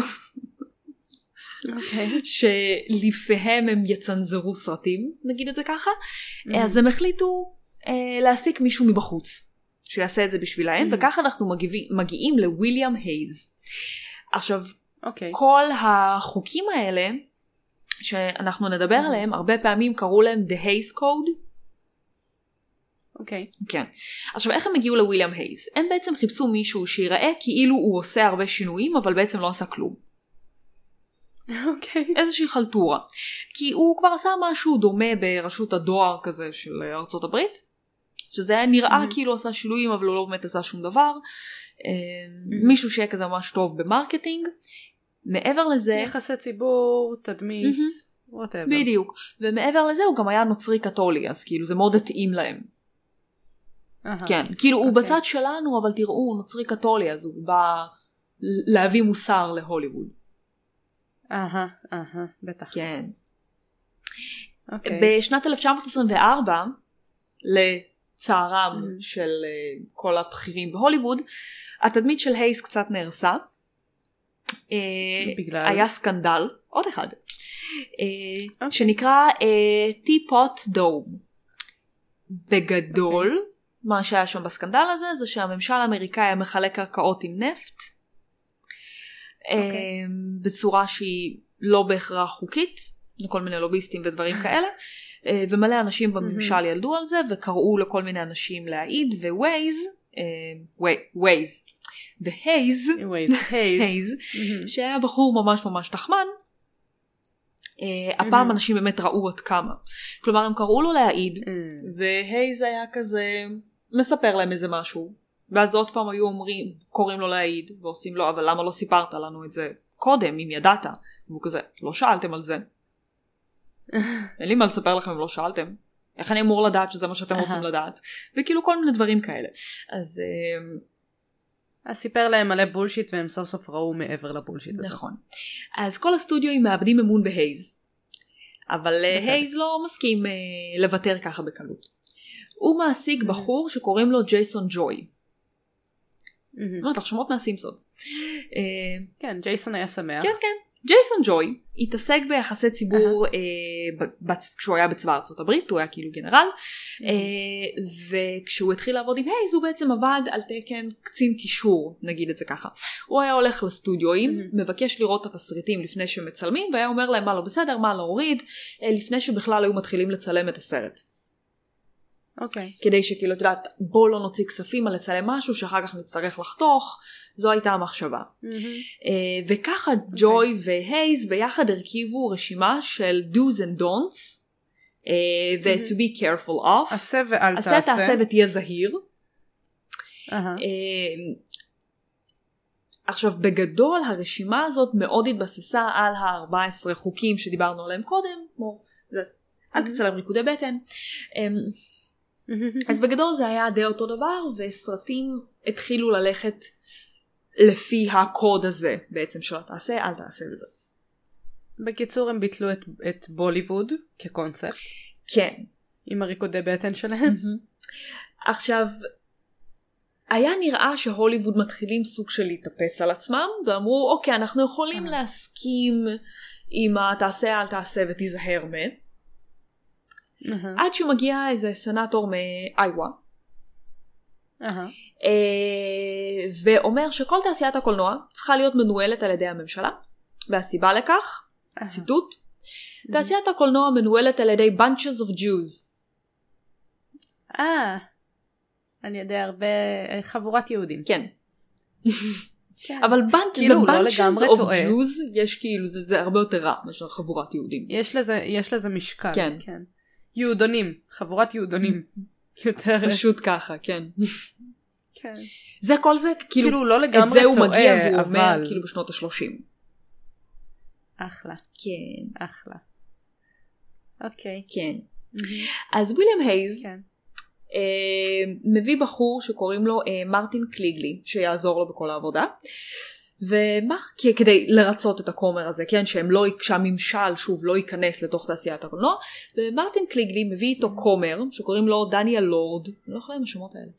okay. שלפעמים הם יצנזרו סרטים, נגיד את זה ככה. Mm-hmm. אז הם החליטו להעסיק מישהו מבחוץ שיעשה את זה בשבילהם, mm-hmm. וככה אנחנו מגיעים, מגיעים לוויליאם הייז. עכשיו okay. כל החוקים האלה שאנחנו נדבר mm-hmm. עליהם, הרבה פעמים קראו להם The Hayes Code. אוקיי. Okay. כן. עכשיו איך הם הגיעו לוויליאם הייז? הם בעצם חיפשו מישהו שיראה כאילו הוא עושה הרבה שינויים, אבל בעצם לא עשה כלום. אוקיי. Okay. איזושהי חלטורה. כי הוא כבר עשה משהו דומה ברשות הדואר כזה של ארצות הברית, שזה היה נראה mm-hmm. כאילו עשה שינויים, אבל הוא לא באמת עשה שום דבר. Mm-hmm. מישהו שיהיה כזה ממש טוב במרקטינג. מעבר לזה... יחסי ציבור, תדמית, mm-hmm. whatever. בדיוק. ומעבר לזה הוא גם היה נוצרי קתולי, אז כאילו זה מאוד התאים להם. Uh-huh. כן, כאילו okay. הוא בצד שלנו, אבל תראו, הוא נוצרי קתולי, אז הוא בא להביא מוסר להוליווד. אהה, אהה, בטח. כן. Okay. בשנת אלף תשע מאות עשרים וארבע, לצערם mm-hmm. של uh, כל הבכירים בהוליווד, התדמית של הייס קצת נהרסה. בגלל? היה סקנדל, עוד אחד, uh, okay. שנקרא טיפוט דום. בגדול, okay. מה שהיה שם בסקנדל הזה, זה שהממשל האמריקאי היה מחלק קרקעות עם נפט, okay. בצורה שהיא לא בהכרח חוקית, לכל מיני לוביסטים ודברים כאלה, ומלא אנשים בממשל ילדו על זה, וקראו לכל מיני אנשים להעיד, ווייז, ווייז, והייז, הייז, שהיה בחור ממש ממש תחמן, הפעם אנשים באמת ראו עד כמה. כלומר הם קראו לו להעיד, והייז היה כזה מספר להם איזה משהו, ואז עוד פעם היו אומרים, קוראים לו להעיד, ועושים לו, אבל למה לא סיפרת לנו את זה קודם, אם ידעת? והוא כזה, לא שאלתם על זה. אין לי מה לספר לכם אם לא שאלתם. איך אני אמור לדעת שזה מה שאתם רוצים לדעת? וכאילו כל מיני דברים כאלה. אז... אז סיפר להם מלא בולשיט, והם סוף סוף ראו מעבר לבולשיט הזה. נכון. אז כל הסטודיואים מאבדים אמון בהייז. אבל הייז לא מסכים לוותר ככה בקלות. הוא מעסיק בחור שקוראים לו ג'ייסון ג'וי. אומרת לך שמות מהסימפסונס. כן, ג'ייסון היה שמח. כן, כן. ג'ייסון ג'וי התעסק ביחסי ציבור כשהוא היה בצבא ארצות הברית, הוא היה כאילו גנרל, וכשהוא התחיל לעבוד עם הייז הוא בעצם עבד על תקן קצין קישור, נגיד את זה ככה. הוא היה הולך לסטודיואים, מבקש לראות את התסריטים לפני שמצלמים, והיה אומר להם מה לא בסדר, מה להוריד, לפני שבכלל היו מתחילים לצלם את הסרט. אוקיי. כדי שכאילו, את יודעת, בוא לא נוציא כספים על לצלם משהו שאחר כך נצטרך לחתוך, זו הייתה המחשבה. וככה ג'וי והייז ביחד הרכיבו רשימה של do's and don'ts, ו- to be careful of. עשה ואל תעשה. עשה תעשה ותהיה זהיר. עכשיו בגדול הרשימה הזאת מאוד התבססה על ה-ארבעה עשר חוקים שדיברנו עליהם קודם, כמו אל תצא להם ריקודי בטן. אז בגדול זה היה די אותו דבר, וסרטים התחילו ללכת לפי הקוד הזה בעצם של תעשה אל תעשה וזה. בקיצור הם ביטלו את, את בוליווד כקונספט. כן. עם הריקודי בטן שלהם. עכשיו היה נראה שהוליווד מתחילים סוג של להתאפס על עצמם, ואמרו אוקיי אנחנו יכולים להסכים עם התעשה אל תעשה ותיזהר מ. עד שמגיע איזה סנטור מאיווה. ואומר שכל תעשיית הקולנוע צריכה להיות מנוהלת על ידי הממשלה, והסיבה לכך, ציטוט, תעשיית הקולנוע מנוהלת על ידי bunches of Jews. אה, אני יודע הרבה, חבורת יהודים. כן. אבל bunches of Jews יש כאילו, זה הרבה יותר רע מאשר חבורת יהודים. יש לזה משקל. כן. יהודונים, חבורת יהודונים. יותר פשוט ככה, כן. כן. זה כל זה, כאילו, לא לגמרי את זה הוא מגיע והוא אומר, כאילו בשנות השלושים. אחלה. כן. אחלה. אוקיי. כן. אז וויליאם הייז מביא בחור שקוראים לו מרטין קליגלי, שיעזור לו בכל העבודה. ומה, כדי לרצות את הכומר הזה, כן, שהם לא, שהממשל שוב לא ייכנס לתוך תעשיית הקולנוע, ומרטין קליגלי מביא איתו כומר, שקוראים לו דניאל לורד, אני לא יכולה עם השמות האלה,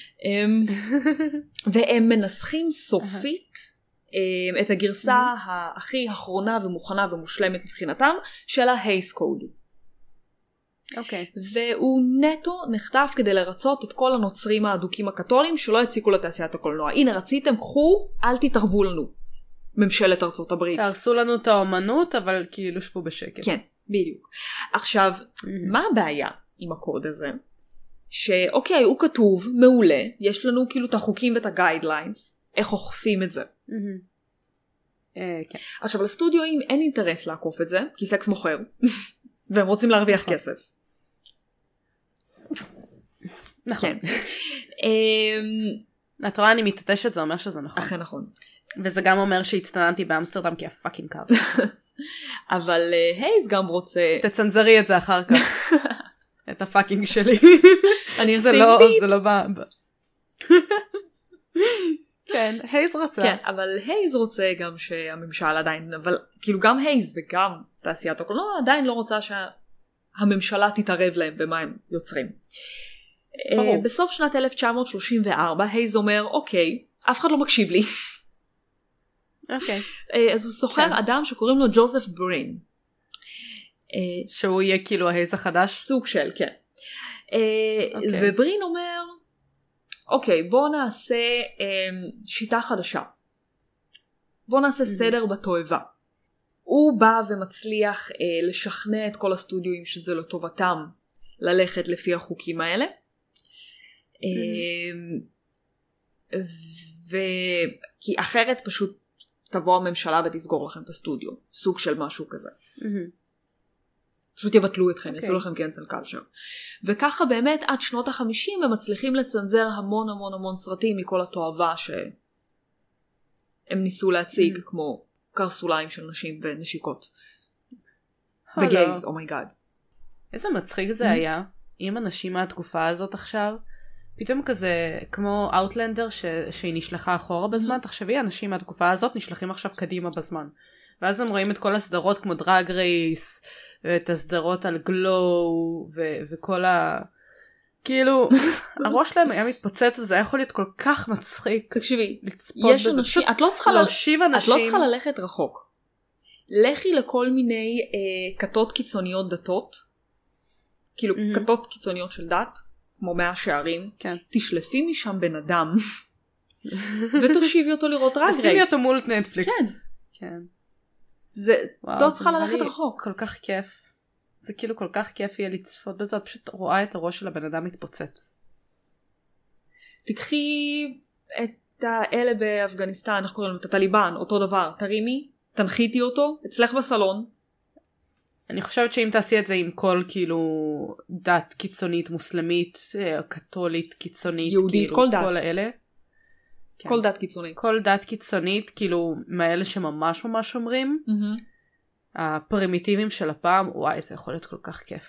והם מנסחים סופית את הגרסה הכי אחרונה ומוכנה ומושלמת מבחינתם, של ההייס קוד. אוקיי. והוא נטו נכתב כדי לרצות את כל הנוצרים האדוקים הקתולים שלא יציקו לתעשיית הקולנוע. הנה רציתם, קחו, אל תתערבו לנו. ממשלת ארצות הברית. תהרסו לנו את האומנות, אבל כאילו שבו בשקט. כן, בדיוק. עכשיו, מה הבעיה עם הקוד הזה? שאוקיי, הוא כתוב, מעולה, יש לנו כאילו את החוקים ואת הגיידליינס, איך אוכפים את זה. כן. עכשיו, לסטודיואים אין אינטרס לעקוף את זה, כי סקס מוכר, והם רוצים להרוויח כסף. נכון. את רואה, אני מתעטשת, זה אומר שזה נכון. אחרי נכון. וזה גם אומר שהצטננתי באמסטרדם כי הפאקינג קר. אבל הייז גם רוצה... תצנזרי את זה אחר כך. את הפאקינג שלי. אני אשים ביפ. זה לא בא... כן, הייז רוצה. כן, אבל הייז רוצה גם שהממשל עדיין, אבל כאילו גם הייז וגם תעשיית הקולנוע עדיין לא רוצה שהממשלה תתערב להם במה הם יוצרים. ברור. בסוף שנת אלף תשע מאות שלושים וארבע הייז אומר, אוקיי, אף אחד לא מקשיב לי. אוקיי. אז הוא סוחר כן. אדם שקוראים לו ג'וזף ברין. שהוא יהיה כאילו ההייז החדש? סוג של, כן. אוקיי. וברין אומר, אוקיי, בוא נעשה שיטה חדשה. בוא נעשה mm-hmm. סדר בתועבה. הוא בא ומצליח אה, לשכנע את כל הסטודיואים שזה לטובתם ללכת לפי החוקים האלה. Mm-hmm. אה, ו... כי אחרת פשוט תבוא הממשלה ותסגור לכם את הסטודיו. סוג של משהו כזה. Mm-hmm. פשוט יבטלו אתכם, okay. יעשו לכם cancel culture. וככה באמת עד שנות החמישים הם מצליחים לצנזר המון המון המון סרטים מכל התועבה שהם ניסו להציג, mm-hmm. כמו קרסוליים של נשים ונשיקות. וגייז, אומייגאד. איזה מצחיק זה mm-hmm. היה, אם אנשים מהתקופה הזאת עכשיו, פתאום כזה, כמו Outlander ש... שהיא נשלחה אחורה בזמן, mm-hmm. תחשבי, אנשים מהתקופה הזאת נשלחים עכשיו קדימה בזמן. ואז הם רואים את כל הסדרות כמו דרג רייס, ואת הסדרות על גלו, ו- וכל ה... כאילו, הראש שלהם היה מתפוצץ, וזה היה יכול להיות כל כך מצחיק. תקשיבי, לצפות יש בזה. אנשים, את לא צריכה להושיב אנשים. את לא צריכה ללכת רחוק. לכי לכל מיני אה, כתות קיצוניות דתות, כאילו mm-hmm. כתות קיצוניות של דת, כמו מאה שערים, כן. תשלפי משם בן אדם, ותושיבי אותו לראות דרג רייס. תשימי אותו מול נטפליקס. כן. כן. זה לא צריכה ללכת רחוק. כל כך כיף. זה כאילו כל כך כיף יהיה לצפות בזה, את פשוט רואה את הראש של הבן אדם מתפוצץ. תקחי את האלה באפגניסטן, אנחנו קוראים את הטליבן, אותו דבר, תרימי, תנחיתי אותו, אצלך בסלון, אני חושבת שאם תעשי את זה עם כל כאילו דת קיצונית מוסלמית, קתולית קיצונית, יהודית, כאילו, כל דת. כל האלה. כן. כל דת קיצונית. כל דת קיצונית, כאילו מאלה שממש ממש אומרים, Mm-hmm. הפרימיטיביים של הפעם, וואי, זה יכול להיות כל כך כיף.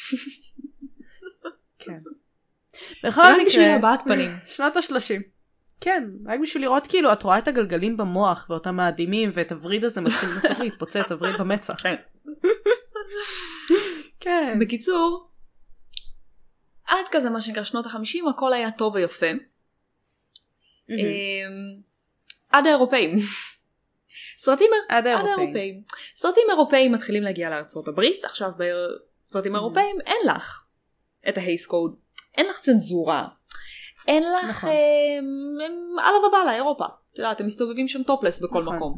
כן. בכל רק מקרה, בשביל הבעת פנים. שנות ה-שלושים. כן, רק בשביל לראות כאילו, את רואה את הגלגלים במוח, ואותם מאדימים, ואת הווריד הזה מתחיל לנסות להתפוצץ, הווריד במצח. כן. כן. בקיצור, עד כזה מה שנקרא שנות ה-חמישים, הכל היה טוב ויפה. עד האירופאים. סרטים עד האירופאים. סרטים אירופאים מתחילים להגיע לארצות הברית. עכשיו בסרטים האירופאים אין לך את ההייס קוד, אין לך צנזורה, אין לך עלה ובעלה אירופה. אתם מסתובבים שם טופלס בכל מקום.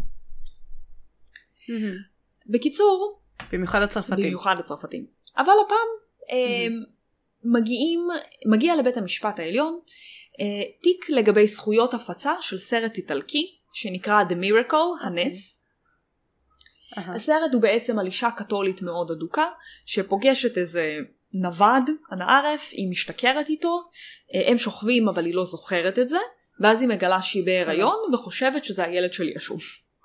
בקיצור, במיוחד הצרפתים. במיוחד הצרפתים. אבל הפעם מגיעים, מגיע לבית המשפט העליון תיק לגבי זכויות הפצה של סרט איטלקי שנקרא The Miracle, הנס. הסרט הוא בעצם על אישה קתולית מאוד אדוקה שפוגשת איזה נווד, הנערף, היא משתכרת איתו, הם שוכבים אבל היא לא זוכרת את זה, ואז היא מגלה שהיא בהיריון וחושבת שזה הילד של ישו.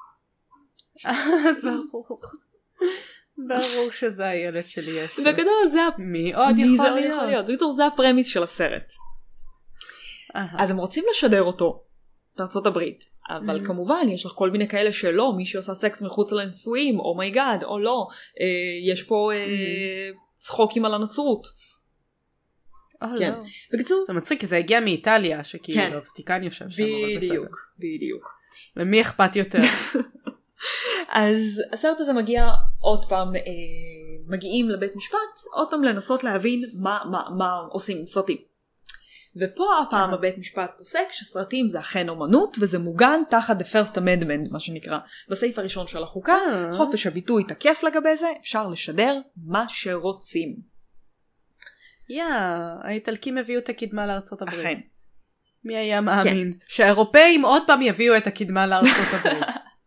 ברור. ברור שזה הילד של ישו. בגדול זה מי עוד יכול להיות? בקיצור זה הפרמיס של הסרט. אז הם רוצים לשדר אותו בארצות הברית, אבל כמובן יש לך כל מיני כאלה שלא, מי שעושה סקס מחוץ לנישואים, או מי גאד, או לא, יש פה צחוקים על הנצרות. כן. בקיצור, זה מצחיק כי זה הגיע מאיטליה, שכאילו הוותיקן יושב שם, אבל בסדר. בדיוק, בדיוק. ומי אכפת יותר? אז הסרט הזה מגיע עוד פעם, מגיעים לבית משפט, עוד פעם לנסות להבין מה עושים סרטים. ופה הפעם הבית משפט פוסק שסרטים זה אכן אומנות, וזה מוגן תחת the first amendment, מה שנקרא, בסעיף הראשון של החוקה, חופש הביטוי תקף לגבי זה, אפשר לשדר מה שרוצים. יא, האיטלקים הביאו את הקדמה לארצות הברית. אכן. מי היה מאמין? שהאירופאים עוד פעם יביאו את הקדמה לארצות הברית.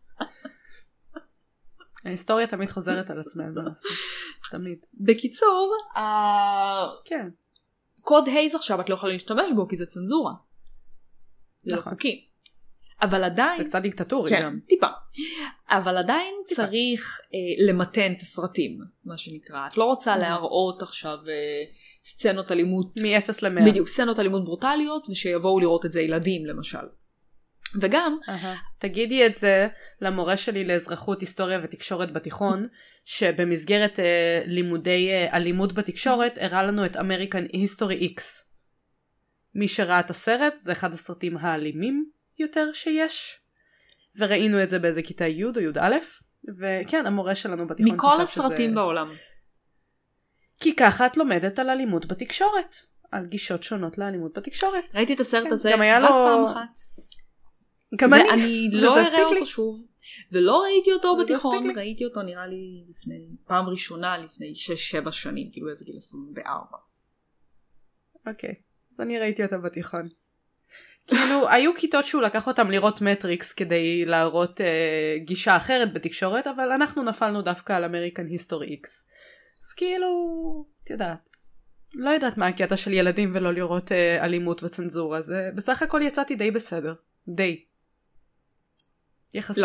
ההיסטוריה תמיד חוזרת על עצמה, תמיד. בקיצור, כן. קוד הייז עכשיו את לא יכולה להשתמש בו כי זה צנזורה. זה לא חוקי. אבל עדיין... זה קצת דיקטטורי כן, גם. טיפה. אבל עדיין טיפה. צריך אה, למתן את הסרטים, מה שנקרא. את לא רוצה להראות עכשיו אה, סצנות אלימות... מ-אפס למאה. בדיוק, סצנות אלימות ברוטליות, ושיבואו לראות את זה ילדים למשל. וגם... תגידי את זה למורה שלי לאזרחות, היסטוריה ותקשורת בתיכון, שבמסגרת אה, לימודי אה, אלימות בתקשורת, הראה לנו את American History X. מי שראה את הסרט, זה אחד הסרטים האלימים יותר שיש. וראינו את זה באיזה כיתה י' או י' א', וכן, המורה שלנו בתיכון מכל הסרטים שזה... בעולם. כי ככה את לומדת על אלימות בתקשורת. על גישות שונות לאלימות בתקשורת. ראיתי את הסרט כן, הזה גם היה רק לו... פעם אחת. גם אני. ואני לא אראה אותו שוב. ולא ראיתי אותו בתיכון, ראיתי אותו נראה לי לפני, פעם ראשונה לפני שש שבע שנים, כאילו איזה גיל עשרים וארבע. אוקיי, אז אני ראיתי אותה בתיכון. כאילו, היו כיתות שהוא לקח אותם לראות מטריקס כדי להראות אה, גישה אחרת בתקשורת, אבל אנחנו נפלנו דווקא על American History X. אז כאילו, את יודעת, לא יודעת מה הקטע של ילדים ולא לראות אה, אלימות וצנזורה, זה בסך הכל יצאתי די בסדר. די. יחסית. לא.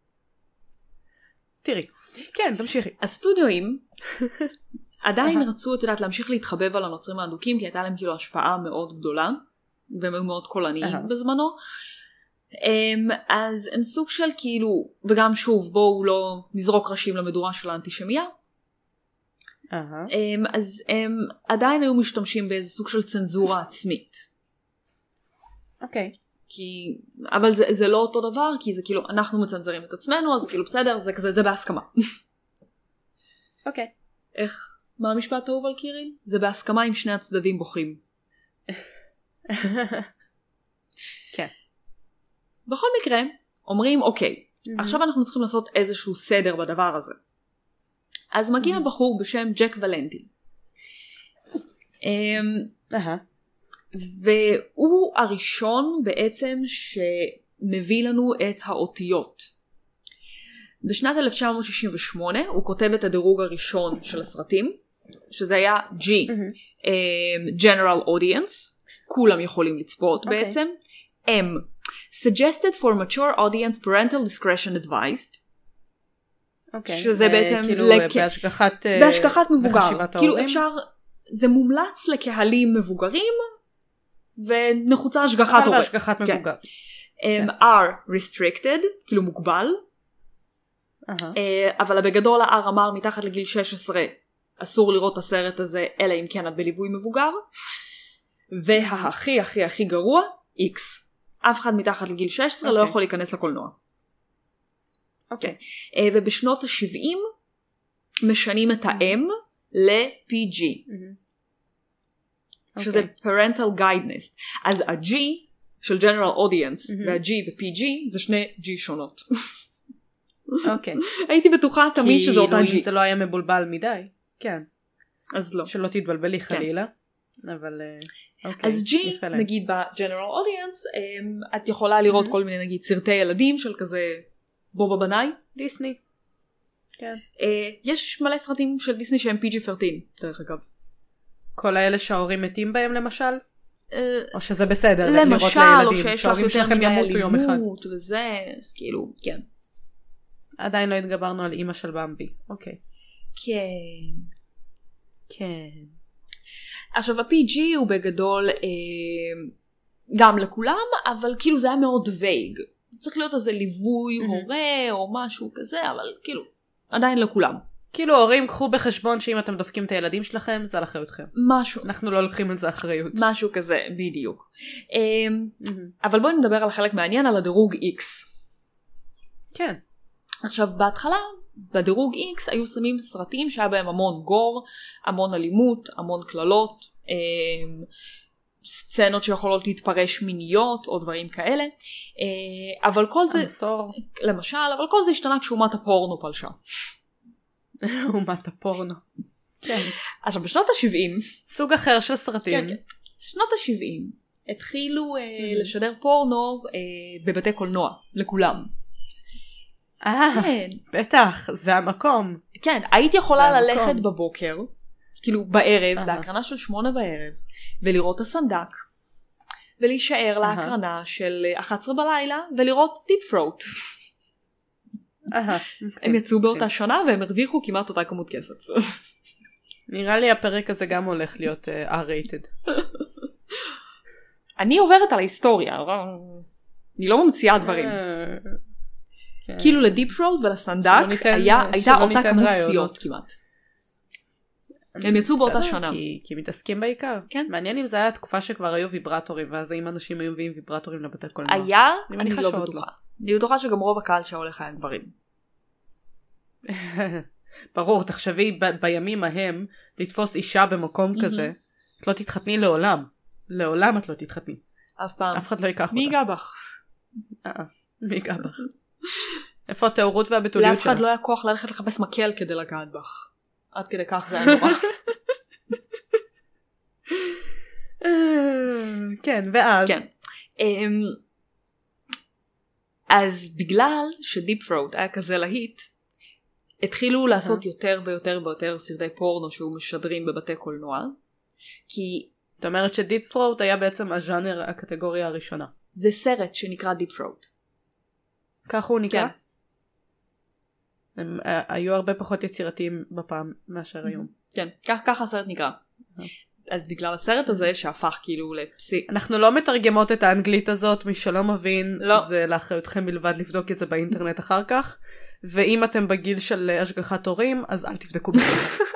תראי. כן, תמשיכי. הסטודיואים עדיין רצו, את יודעת, להמשיך להתחבב על הנוצרים האדוקים, כי הייתה להם כאילו השפעה מאוד גדולה, והם היו מאוד קולניים בזמנו. אז הם סוג של כאילו, וגם שוב, בואו לא נזרוק ראשים למדורה של האנטישמיה. אז הם עדיין היו משתמשים באיזה סוג של צנזורה עצמית. אוקיי. כי, אבל זה, זה לא אותו דבר, כי זה כאילו, אנחנו מצנזרים את עצמנו, אז כאילו בסדר, זה כזה, זה בהסכמה. אוקיי. איך, מה המשפט האהוב על קיריל? זה בהסכמה עם שני הצדדים בוכים. כן. בכל מקרה, אומרים, אוקיי, עכשיו אנחנו צריכים לעשות איזשהו סדר בדבר הזה. אז מגיע בחור בשם ג'ק ולנטי. אהה. והוא הראשון בעצם שמביא לנו את האותיות. בשנת אלף תשע מאות שישים ושמונה הוא כותב את הדירוג הראשון של הסרטים, שזה היה G, mm-hmm. um, General Audience, כולם יכולים לצפות okay. בעצם. M, Suggested for mature audience parental discretion advised. אוקיי. שזה בעצם כאילו לק... בהשגחת, בהשגחת מבוגר. כאילו אפשר, זה מומלץ לקהלים מבוגרים, ונחוצה השגחת הורה. אבל בהשגחת כן. מבוגר. Um, R, Restricted, כאילו מוגבל. Uh-huh. Uh, אבל בגדול ה-R אמר מתחת לגיל שש עשרה אסור לראות את הסרט הזה אלא אם כן את בליווי מבוגר. והכי הכי הכי גרוע X, אף אחד מתחת לגיל שש עשרה okay. לא יכול להיכנס לקולנוע. אוקיי. Okay. Uh, ובשנות ה-שבעים משנים את ה-M ל-P G. Mm-hmm. שזה okay. parental guidance. אז ה-G של general audience mm-hmm. וה-G ו-P G זה שני G שונות. אוקיי. הייתי בטוחה תמיד שזה אותה G. כי זה לא היה מבולבל מדי. כן. אז לא. שלא תתבלבלי חלילה. אבל אוקיי. אז G, נגיד ב-general audience, את יכולה לראות כל מיני נגיד סרטי ילדים של כזה בובה בנאי. דיסני. כן. יש מלא סרטים של דיסני שהם פי ג'י שלוש עשרה, דרך אגב. כל האלה שההורים מתים בהם למשל? או שזה בסדר למשל, לראות לילדים? או שיש לך יותר מדי אלימות וזה, אז כאילו, כן. עדיין לא התגברנו על אמא של במבי. אוקיי. כן. כן. עכשיו, ה-פי ג'י הוא בגדול אה, גם לכולם, אבל כאילו זה היה מאוד וייג. צריך להיות איזה ליווי mm-hmm. הורה או משהו כזה, אבל כאילו, עדיין לכולם. כאילו, הורים, קחו בחשבון שאם אתם דופקים את הילדים שלכם, זה על אחריותכם. משהו. אנחנו לא לוקחים על זה אחריות. משהו כזה, בדיוק. Mm-hmm. אבל בואי נדבר על החלק מעניין, על הדירוג X. כן. עכשיו, בהתחלה, בדירוג X היו שמים סרטים שהיה בהם המון גור, המון אלימות, המון כללות, סצנות שיכולות להתפרש מיניות או דברים כאלה. אבל כל זה, המסור. למשל, אבל כל זה השתנה כשאומת הפורנו פלשה. אומת הפורנו. כן. עכשיו, בשנות ה-שבעים, סוג אחר של סרטים. כן, שנות ה-שבעים התחילו uh, לשדר פורנו uh, בבתי קולנוע, לכולם. אה, כן. בטח, זה המקום. כן, היית יכולה ללכת בבוקר, כאילו בערב, uh-huh. בהקרנה של שמונה בערב, ולראות הסנדק, ולהישאר uh-huh. להקרנה של אחת עשרה בלילה, ולראות דיפ פרוט. הם יצאו באותה שנה והם הרוויחו כמעט אותה כמות כסף. נראה לי הפרק הזה גם הולך להיות R-rated. אני עוברת על ההיסטוריה, אני לא ממציאה דברים. כאילו לדיפ פרוט ולסנדק הייתה אותה כמות צפיות כמעט. הם יצאו באותה שנה. כי מתעסקים בעיקר. מעניין אם זה היה תקופה שכבר היו ויברטורים, ואז אם אנשים היו מביאים ויברטורים לבתי קולנוע. היה, אני לא בטוחה. אני בטוחה שגם רוב הקהל שהולך היה גברים. ברור, תחשבי ב- בימים ההם לתפוס אישה במקום כזה, את לא תתחתני לעולם. לעולם את לא תתחתני. אף פעם. אף אחד לא ייקח אותה. מי ייגע בך? אה, מי ייגע בך? איפה התיאורות והבתוליות שלה? לאף אחד לא היה כוח ללכת לחפש מקל כדי לגעת בך. עד כדי כך זה היה נורא. כן, ואז? כן. אז בגלל שדיפ פרוט היה כזה להיט, התחילו לעשות יותר ויותר ויותר סרטי פורנו שהוא משדרים בבתי קולנוע, כי... זאת אומרת שדיפ פרוט היה בעצם הז'אנר הקטגוריה הראשונה. זה סרט שנקרא דיפ פרוט. ככה הוא נקרא? כן. הם uh, היו הרבה פחות יצירתיים בפעם מאשר היום. כן, כך, ככה הסרט נקרא. אז בגלל הסרט הזה שהפך כאילו לפסי... אנחנו לא מתרגמות את האנגלית הזאת, מי שלא מבין, לא. זה לאחריותכם בלבד לבדוק את זה באינטרנט אחר כך, ואם אתם בגיל של השגחת הורים, אז אל תבדקו בזה.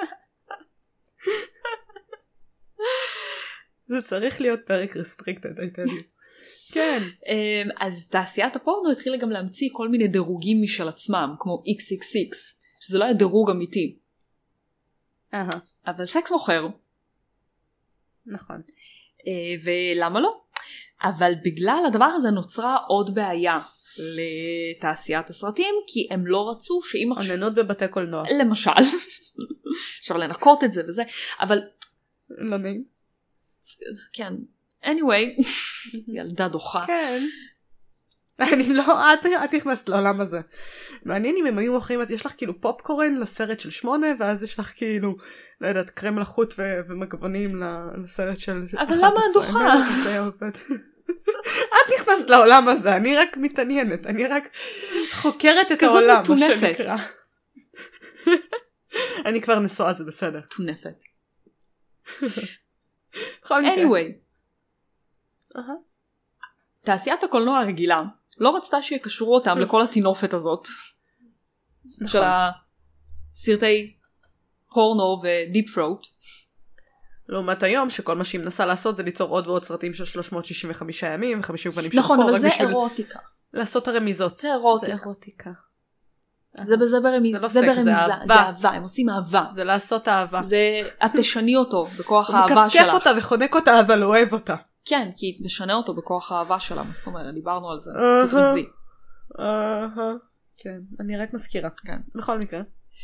זה צריך להיות פרק restricted, הייתה לי. כן. אז תעשיית הפורנו התחילה גם להמציא כל מיני דירוגים משל עצמם, כמו איקס איקס איקס, שזה לא היה דירוג אמיתי. אבל סקס מוכר. נכון. ולמה לא? אבל בגלל הדבר הזה נוצרה עוד בעיה לתעשיית הסרטים, כי הם לא רצו שאם... עוננות בבתי קולנוע. למשל. אפשר לנקות את זה וזה, אבל... לא נעים. כן. anyway, ילדה דוחה. כן. אני לא, את, את נכנסת לעולם הזה. מעניין אם הם היו מוכרים, יש לך כאילו פופקורן לסרט של שמונה, ואז יש לך כאילו, לא יודעת, קרם מלאכות ו- ומגבונים לסרט של... אבל למה הדוחה? את נכנסת לעולם הזה, אני רק מתעניינת, אני רק חוקרת את העולם, מה שנקרא. אני כבר נשואה, זה בסדר. טונפת. anyway. תעשיית הקולנוע הרגילה לא רצתה שיקשרו אותם לכל התינופת הזאת של הסרטי פורנו ודיפ פרוט. לעומת היום שכל מה שהיא מנסה לעשות זה ליצור עוד ועוד סרטים של שלוש מאות שישים וחמישה ימים ו-חמישים פנים של נכון, אבל זה אירוטיקה. לעשות הרמיזות. זה אירוטיקה. זה בזה ברמיזה, זה אהבה, הם עושים אהבה. זה לעשות אהבה. זה, את תשני אותו בכוח האהבה שלך. הוא מקפקף אותה וחונק אותה אבל הוא אוהב אותה. כן, כי תשנה אותו בכוח האהבה שלה, מה זאת אומרת, דיברנו על זה, תתרכזי. כן, אני רק מזכירה. כן. בכל מקרה.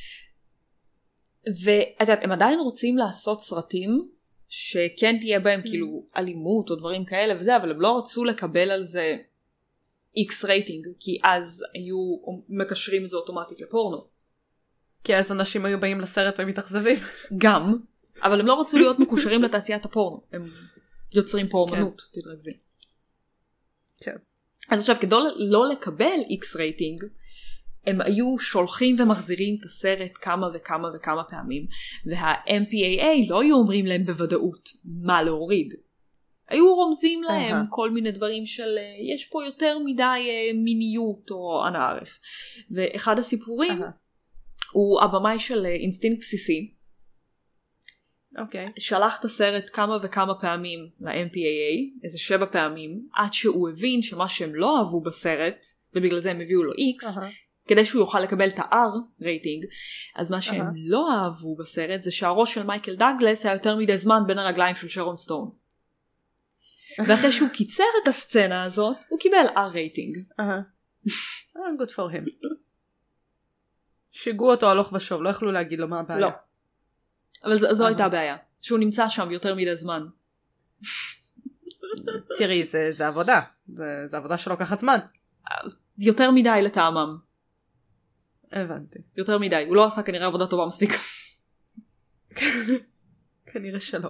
ואת יודעת, הם עדיין רוצים לעשות סרטים שכן תהיה בהם כאילו אלימות או דברים כאלה וזה, אבל הם לא רצו לקבל על זה X רייטינג, כי אז היו מקשרים את זה אוטומטית לפורנו. כי אז אנשים היו באים לסרט ומתאכזבים. גם, אבל הם לא רצו להיות מקושרים לתעשיית הפורנו. הם יוצרים פה אומנות, כן. תתרכזי. כן. אז עכשיו, כדי לא לקבל X רייטינג, הם היו שולחים ומחזירים את הסרט כמה וכמה וכמה פעמים, וה-אם פי איי איי לא היו אומרים להם בוודאות מה להוריד. היו רומזים להם uh-huh. כל מיני דברים של יש פה יותר מדי מיניות או אנא ערף. ואחד הסיפורים uh-huh. הוא הבמאי של אינסטינקט בסיסי. אוקיי. Okay. שלח את הסרט כמה וכמה פעמים ל-אם פי איי איי, איזה שבע פעמים, עד שהוא הבין שמה שהם לא אהבו בסרט, ובגלל זה הם הביאו לו X, uh-huh. כדי שהוא יוכל לקבל את ה-R רייטינג, אז מה שהם uh-huh. לא אהבו בסרט זה שהראש של מייקל דאגלס היה יותר מדי זמן בין הרגליים של שרון סטון. ואחרי שהוא קיצר את הסצנה הזאת, הוא קיבל R רייטינג. good for him. שיגעו אותו הלוך ושוב, לא יכלו להגיד לו מה הבעיה. לא. אבל זו, זו הייתה הבעיה. שהוא נמצא שם יותר מדי זמן. תראי, זה, זה עבודה. זה, זה עבודה שלוקחת זמן. יותר מדי לטעמם. הבנתי. יותר מדי. הוא לא עשה כנראה עבודה טובה מספיק. כנראה שלא.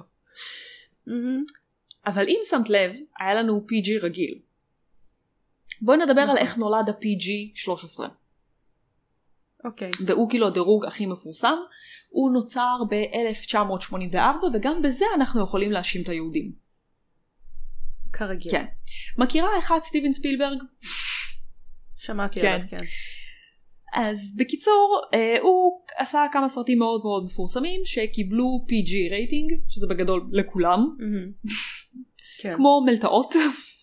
אבל אם שמת לב, היה לנו פי ג'י רגיל. בואי נדבר על איך נולד ה-פי ג'י שלוש עשרה. אוקיי. והוא כאילו הדירוג הכי מפורסם. הוא נוצר ב-אלף תשע מאות שמונים וארבע, וגם בזה אנחנו יכולים להאשים את היהודים. כרגיל. כן. מכירה אחד סטיבן ספילברג? שמעתי כן. עליו, כן. אז בקיצור, אה, הוא עשה כמה סרטים מאוד מאוד מפורסמים שקיבלו פי ג'י רייטינג, שזה בגדול לכולם. Mm-hmm. כן. כמו מלטעות.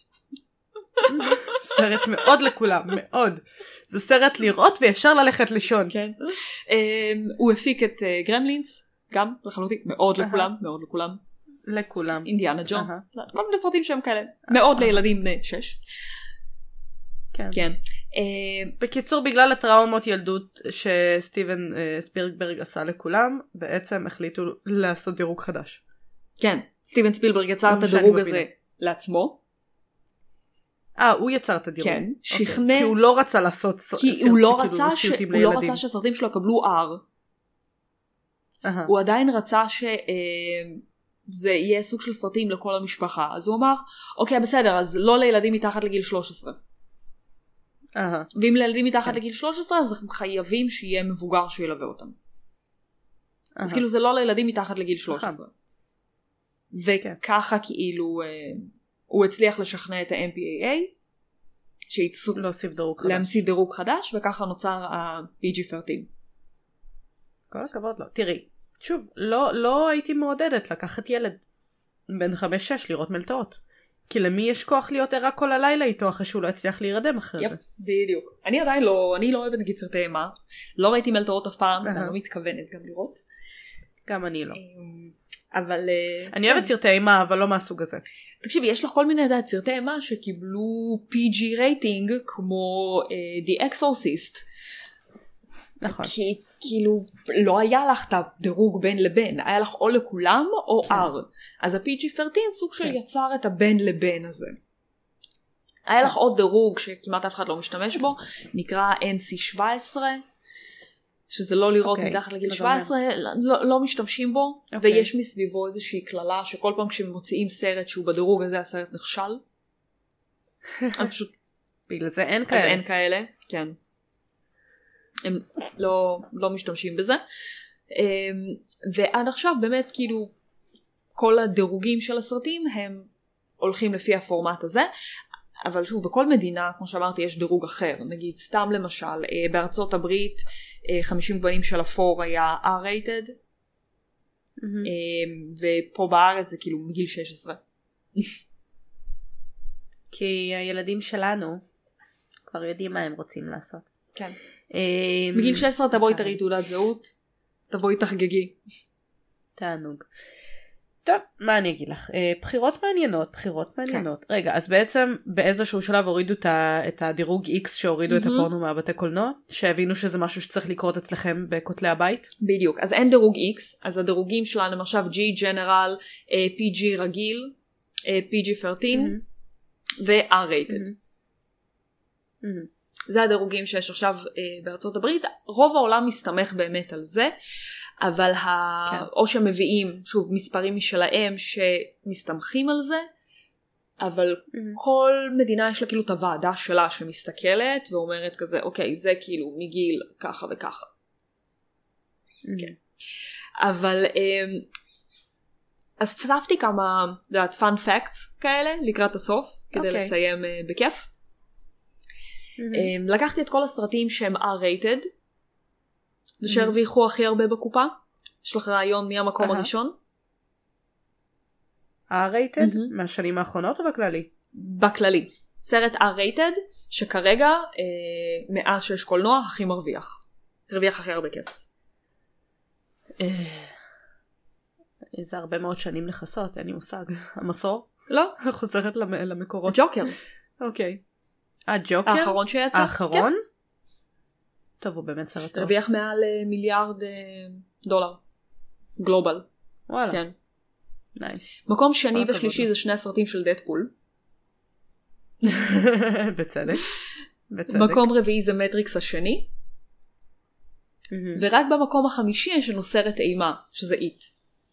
סרט מאוד לכולם, מאוד. זה סרט לראות וישר ללכת לישון. כן. אה, הוא הפיק את אה, גרמלינס, גם לחלוטין, מאוד uh-huh. לכולם, מאוד לכולם. לכולם. אינדיאנה ג'ונס. Uh-huh. כל מיני סרטים שהם כאלה. מאוד uh-huh. לילדים בני שש. כן. כן. בקיצור, בגלל הטראומות ילדות שסטיבן ספילברג עשה לכולם, בעצם החליטו לעשות דירוג חדש. כן, סטיבן ספילברג יצר את הדירוג הזה לעצמו. אה, הוא יצר את הדירוג. כן, שכנע. כי הוא לא רצה לעשות כי הוא לא רצה שהסרטים שלו יקבלו R. הוא עדיין רצה שזה יהיה סוג של סרטים לכל המשפחה. אז הוא אמר, אוקיי, בסדר, אז לא לילדים מתחת לגיל שלוש עשרה. Uh-huh. ואם לילדים מתחת okay. לגיל שלוש עשרה אז הם חייבים שיהיה מבוגר שילווה אותם. Uh-huh. אז כאילו זה לא לילדים מתחת לגיל שלוש עשרה. Uh-huh. וככה okay. כאילו uh, הוא הצליח לשכנע את ה-אם פי איי איי שיצאו להמציא דירוג חדש, וככה נוצר ה-פי ג'י שלוש עשרה. כל הכבוד לו. תראי, שוב, לא, לא הייתי מעודדת לקחת ילד בן חמש שש לראות מלטעות. כי למי יש כוח להיות ערה כל הלילה איתו אחרי שהוא לא הצליח להירדם אחרי יפ, זה. בדיוק. אני עדיין לא, אני לא אוהבת נגיד סרטי אימה. לא ראיתי מלטעות אף פעם, ואני לא מתכוונת גם לראות. גם אני לא. אבל... אני אוהבת סרטי אימה, אבל לא מהסוג הזה. תקשיבי, יש לך כל מיני דעת סרטי אימה שקיבלו פי ג'י רייטינג, כמו The Exorcist. נכון. כי כאילו לא היה לך את הדירוג בין לבין, היה לך או לכולם או R. אז ה-פי ג'י שלוש עשרה סוג של יצר את הבין לבין הזה. היה לך עוד דירוג שכמעט אף אחד לא משתמש בו, נקרא אן סי שבע עשרה, שזה לא לראות okay. מתחת לגיל שבע עשרה, לא, לא משתמשים בו, okay. ויש מסביבו איזושהי כללה שכל פעם כשמוציאים סרט שהוא בדירוג הזה, הסרט נכשל. אז פשוט... בגלל זה אין כאלה. אז אין כאלה, כן. הם לא, לא משתמשים בזה. ועד עכשיו באמת כאילו כל הדירוגים של הסרטים הם הולכים לפי הפורמט הזה, אבל שוב בכל מדינה כמו שאמרתי יש דירוג אחר, נגיד סתם למשל בארצות הברית חמישים גוונים של אפור היה R-rated, mm-hmm. ופה בארץ זה כאילו מגיל שש עשרה. כי הילדים שלנו כבר יודעים מה הם רוצים לעשות. כן. מגיל שש עשרה תבואי תראי תעודת זהות, תבואי תחגגי. תענוג. טוב, מה אני אגיד לך? בחירות מעניינות, בחירות מעניינות. רגע, אז בעצם באיזשהו שלב הורידו את הדירוג X שהורידו את הפורנו מהבתי קולנוע, שהבינו שזה משהו שצריך לקרות אצלכם בכותלי הבית? בדיוק, אז אין דירוג X, אז הדירוגים שלנו למשל G, ג'נרל, פי ג'י רגיל, פי ג'י שלוש עשרה ו-R-rated. זה הדירוגים שיש עכשיו בארצות הברית, רוב העולם מסתמך באמת על זה, אבל ה... כן. או שמביאים שוב מספרים משלהם שמסתמכים על זה, אבל mm-hmm. כל מדינה יש לה כאילו את הוועדה שלה שמסתכלת ואומרת כזה אוקיי זה כאילו מגיל ככה וככה. Mm-hmm. כן. אבל אז פספתי כמה דעת fun facts כאלה לקראת הסוף כדי okay. לסיים uh, בכיף. Mm-hmm. um, לקחתי את כל הסרטים שהם R-rated ושהרוויחו הכי הרבה בקופה. יש לך רעיון מי המקום הראשון? R-rated? מהשנים האחרונות או בכללי? בכללי. סרט R-rated שכרגע מאז שיש קולנוע הכי מרוויח. הרוויח הכי הרבה כסף. זה הרבה מאוד שנים לחסות, אין לי מושג. המסור? לא. חוזרת למקורות. ג'וקר. אוקיי. הג'וקר? האחרון שיצא? האחרון? טוב, הוא באמת סרט טוב. הרוויח מעל מיליארד דולר. גלובל. וואלה. כן. נייס. מקום שני ושלישי זה שני הסרטים של דדפול. בצדק. בצדק. מקום רביעי זה מטריקס השני. ורק במקום החמישי יש לנו סרט אימה, שזה איט.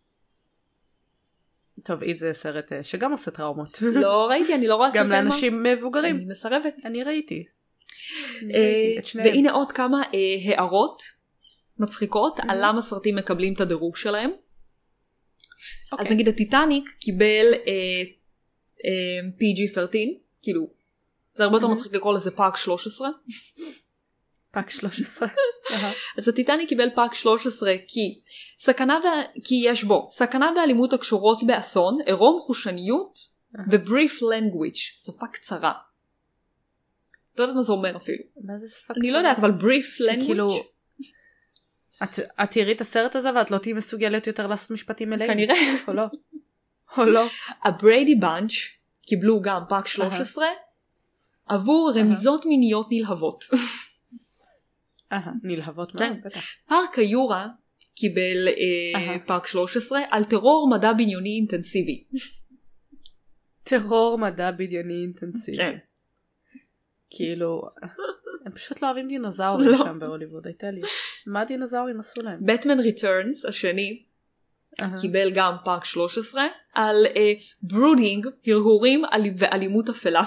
טוב, איט זה סרט שגם עושה טראומות. לא ראיתי, אני לא רואה סרט אימה. גם לאנשים מבוגרים. אני מסרבת. אני ראיתי. והנה עוד כמה הערות מצחיקות על למה סרטים מקבלים את הדירוג שלהם. אז נגיד הטיטניק קיבל פי ג'י שלוש עשרה, כאילו זה הרבה יותר מצחיק לקרוא לזה פאק שלוש עשרה. פאק שלוש עשרה. אז הטיטניק קיבל פאק שלוש עשרה כי סכנה כי יש בו סכנה ואלימות הקשורות באסון, עירום חושניות ובריף לנגוויץ', שפה קצרה. לא יודעת מה זה אומר אפילו. מה זה שפה קצרה? אני לא יודעת, אבל brief language. את תראי את הסרט הזה ואת לא תהיי מסוגלת יותר לעשות משפטים מלאים. כנראה. או לא. או לא. הבריידי בנץ' קיבלו גם פאק שלוש עשרה עבור רמיזות מיניות נלהבות. אהה, נלהבות מאוד, בטח. פארק היורה קיבל פאק שלוש עשרה על טרור מדע בדיוני אינטנסיבי. טרור מדע בדיוני אינטנסיבי. כן. כאילו, הם פשוט לא אוהבים דינוזאורים שם בהוליווד, הייתה לי. מה הדינוזאורים עשו להם? בטמן ריטרנס השני קיבל גם פאק שלוש עשרה על ברודינג, הרהורים ואלימות אפלה.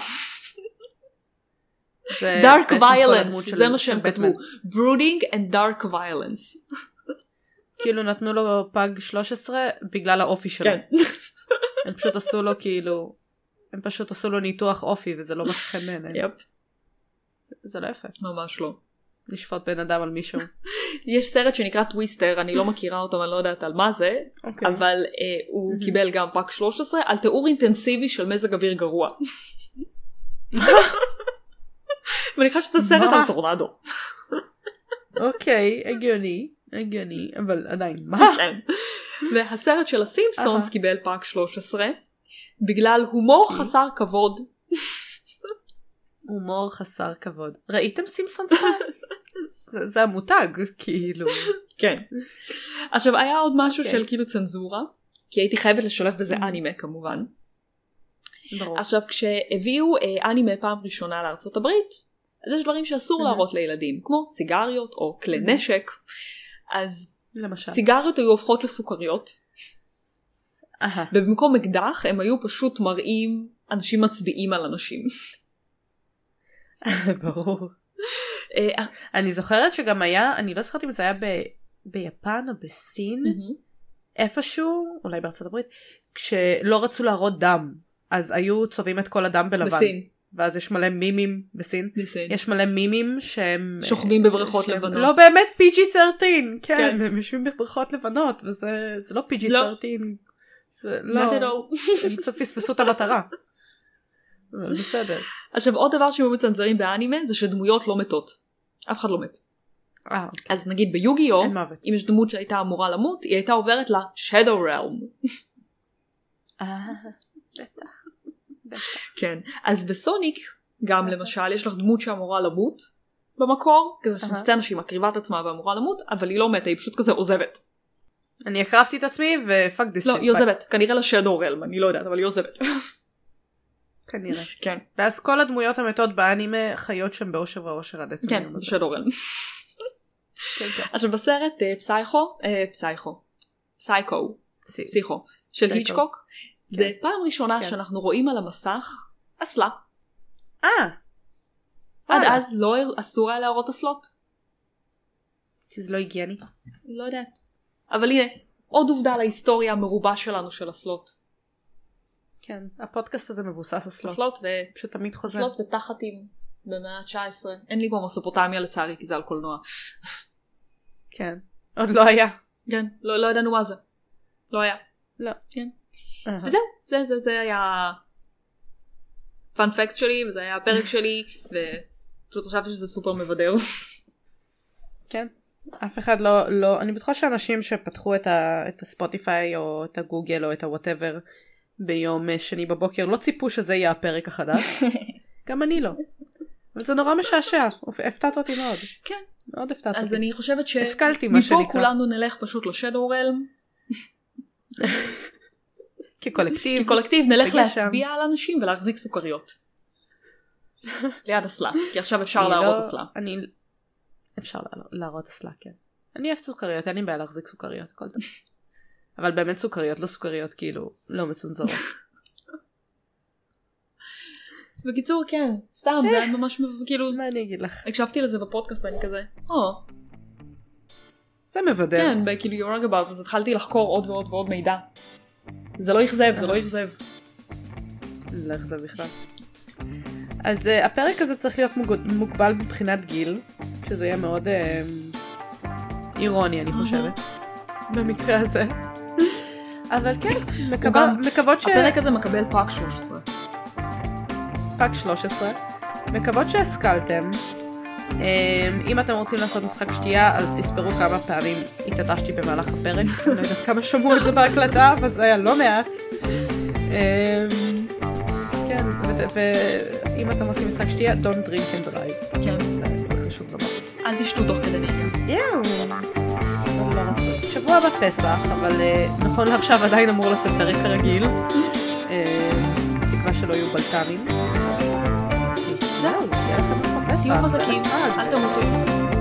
דארק ויולנס, זה מה שהם כתבו. ברודינג and dark violence. כאילו נתנו לו פאק שלוש עשרה בגלל האופי שלו. כן. הם פשוט עשו לו כאילו, הם פשוט עשו לו ניתוח אופי וזה לא מסכם מעניין. יפ. זה לא יפה. ממש לא. לשפוט בן אדם על מישהו. יש סרט שנקרא טוויסטר, אני לא מכירה אותו, אני לא יודעת על מה זה, okay. אבל uh, הוא mm-hmm. קיבל גם פאק שלוש עשרה על תיאור אינטנסיבי של מזג אוויר גרוע. ואני חושבת שזה סרט על טורנדו. אוקיי, הגיוני, הגיוני, אבל עדיין, מה? כן. והסרט של הסימפסונס קיבל פאק שלוש עשרה, בגלל הומור חסר כבוד. הומור חסר כבוד. ראיתם סימפסונס? זה, זה המותג, כאילו. כן. עכשיו, היה עוד משהו של כאילו צנזורה, כי הייתי חייבת לשלב בזה אנימה כמובן. ברור. עכשיו כשהביאו אה, אנימה פעם ראשונה לארצות הברית, אז יש דברים שאסור להראות לילדים, כמו סיגריות או כלי נשק, אז למשל. סיגריות היו הופכות לסוכריות, אהה. ובמקום אקדח הם היו פשוט מראים אנשים מצביעים על אנשים. ברור. אה, אני זוכרת שגם היה, אני לא זוכרת אם זה היה ב- ביפן או בסין, איפשהו, אולי בארצות הברית, כשלא רצו להראות דם, אז היו צובעים את כל הדם בלבן. בסין. ואז יש מלא מימים בסין. בסין. יש מלא מימים שהם... שוכבים בבריכות שהם לבנות. לא באמת פי ג'י שלוש עשרה, כן, כן. הם יושבים בבריכות לבנות, וזה זה לא פי ג'י לא. שלוש עשרה. זה לא, Not at all. הם קצת פספסו את המטרה. אבל בסדר. עכשיו עוד דבר שהם מצנזרים באנימה זה שדמויות לא מתות. אף אחד לא מת. אה, אז נגיד ביוגיו, אין מוות. אם יש דמות שהייתה אמורה למות, היא הייתה עוברת ל-Shadow Realm. אה, בטח. בטח. כן. אז בסוניק, גם למשל, יש לך דמות שאמורה למות במקור, כזה שיש סצנה שהיא מקריבה את עצמה ואמורה למות, אבל היא לא מתה, היא פשוט כזה עוזבת. אני הקרבתי את עצמי ופאק דיס לא, שיט. היא עוזבת. כנראה ל-Shadow Realm, אני לא יודעת, אבל היא עוזבת. כנראה. כן. ואז כל הדמויות המתות באנימה חיות שם באושר ואושר עד עצם כן, היום הזה. Shadow Realm. כן, כן. עכשיו בסרט אה, פסייכו, אה, פסייכו, פסייקו, סי- פסיכו, של פסייקו. היצ'קוק, זה פעם ראשונה כן. שאנחנו רואים על המסך אסלה. אה, עד וואלה. אז לא אסור היה להראות אסלות. כי זה לא היגייני. לא יודעת. אבל הנה, עוד עובדה על ההיסטוריה המרובה שלנו של אסלות. כן, הפודקאסט הזה מבוסס אסלות. אסלות ו... פשוט תמיד חוזר. אסלות ותחתים במאה ה-תשע עשרה. אין לי פה מסופוטמיה לצערי, כי זה על קולנוע. כן. עוד לא היה. כן, לא, לא ידענו מה זה. לא היה. לא. כן. אהה. וזהו, זה, זה, זה היה פאנפקט שלי, וזה היה הפרק שלי, ופשוט חשבתי שזה סופר מבדר. כן. אף אחד לא, לא, אני בטוחה שאנשים שפתחו את, ה, את הספוטיפיי או את הגוגל או את הוואטאבר ביום שני בבוקר לא ציפו שזה יהיה הפרק החדש. גם אני לא. אבל זה נורא משעשע. הפתעת אותי מאוד. כן. מאוד הפתעת אותי. אז אני חושבת השכלתי, מה שמפה שנקרא. כולנו נלך פשוט לשדו רלם. כקולקטיב. כקולקטיב נלך תגיע שם. להצביע על אנשים ולהחזיק סוכריות. ליד אסלה. כי עכשיו אפשר אני להראות לא- אסלה. אני... אפשר לה- להראות אסלה, כן. אני אוהבת סוכריות, אין לי בעיה להחזיק סוכריות, הכל טוב. אבל באמת סוכריות, לא סוכריות כאילו לא מצונזרות. בקיצור כן, סתם זה היה ממש מב- כאילו, מה אני אגיד לך? הקשבתי לזה בפודקאסט ואני כזה, או, זה מבדר. כן, ב- כאילו you're wrong about, אז התחלתי לחקור עוד ועוד ועוד מידע. זה לא יכזב, זה לא יכזב. לא אכזב בכלל. אז uh, הפרק הזה צריך להיות מוג... מוגבל מבחינת גיל, שזה יהיה מאוד uh, אירוני אני חושבת, במקרה הזה. אבל כן, מקו... גם- מקוות ש... הפרק הזה מקבל פאק שלוש עשרה. פאק שלוש עשרה. מקוות שהשכלתם. Um, אם אתם רוצים לעשות משחק שתייה, אז תספרו כמה פעמים התעטשתי במהלך הפרק. אני לא יודעת כמה שמעו את זה בהקלטה, אבל זה היה לא מעט. Um, כן, ואם אתם עושים משחק שתייה, don't drink and drive. כן. זה חשוב לומר. אל תשתו תוך כדי נהיגה. זהו. אבל לא רצוי. שבוע הבא פסח, אבל uh, נכון לעכשיו עדיין אמור לצאת פרק כרגיל. Uh, תקווה שלא יהיו בלת"מים. זהו, שיהיה לכם אחלה פסח. תהיו חזקים, ולחג. אל תמותו.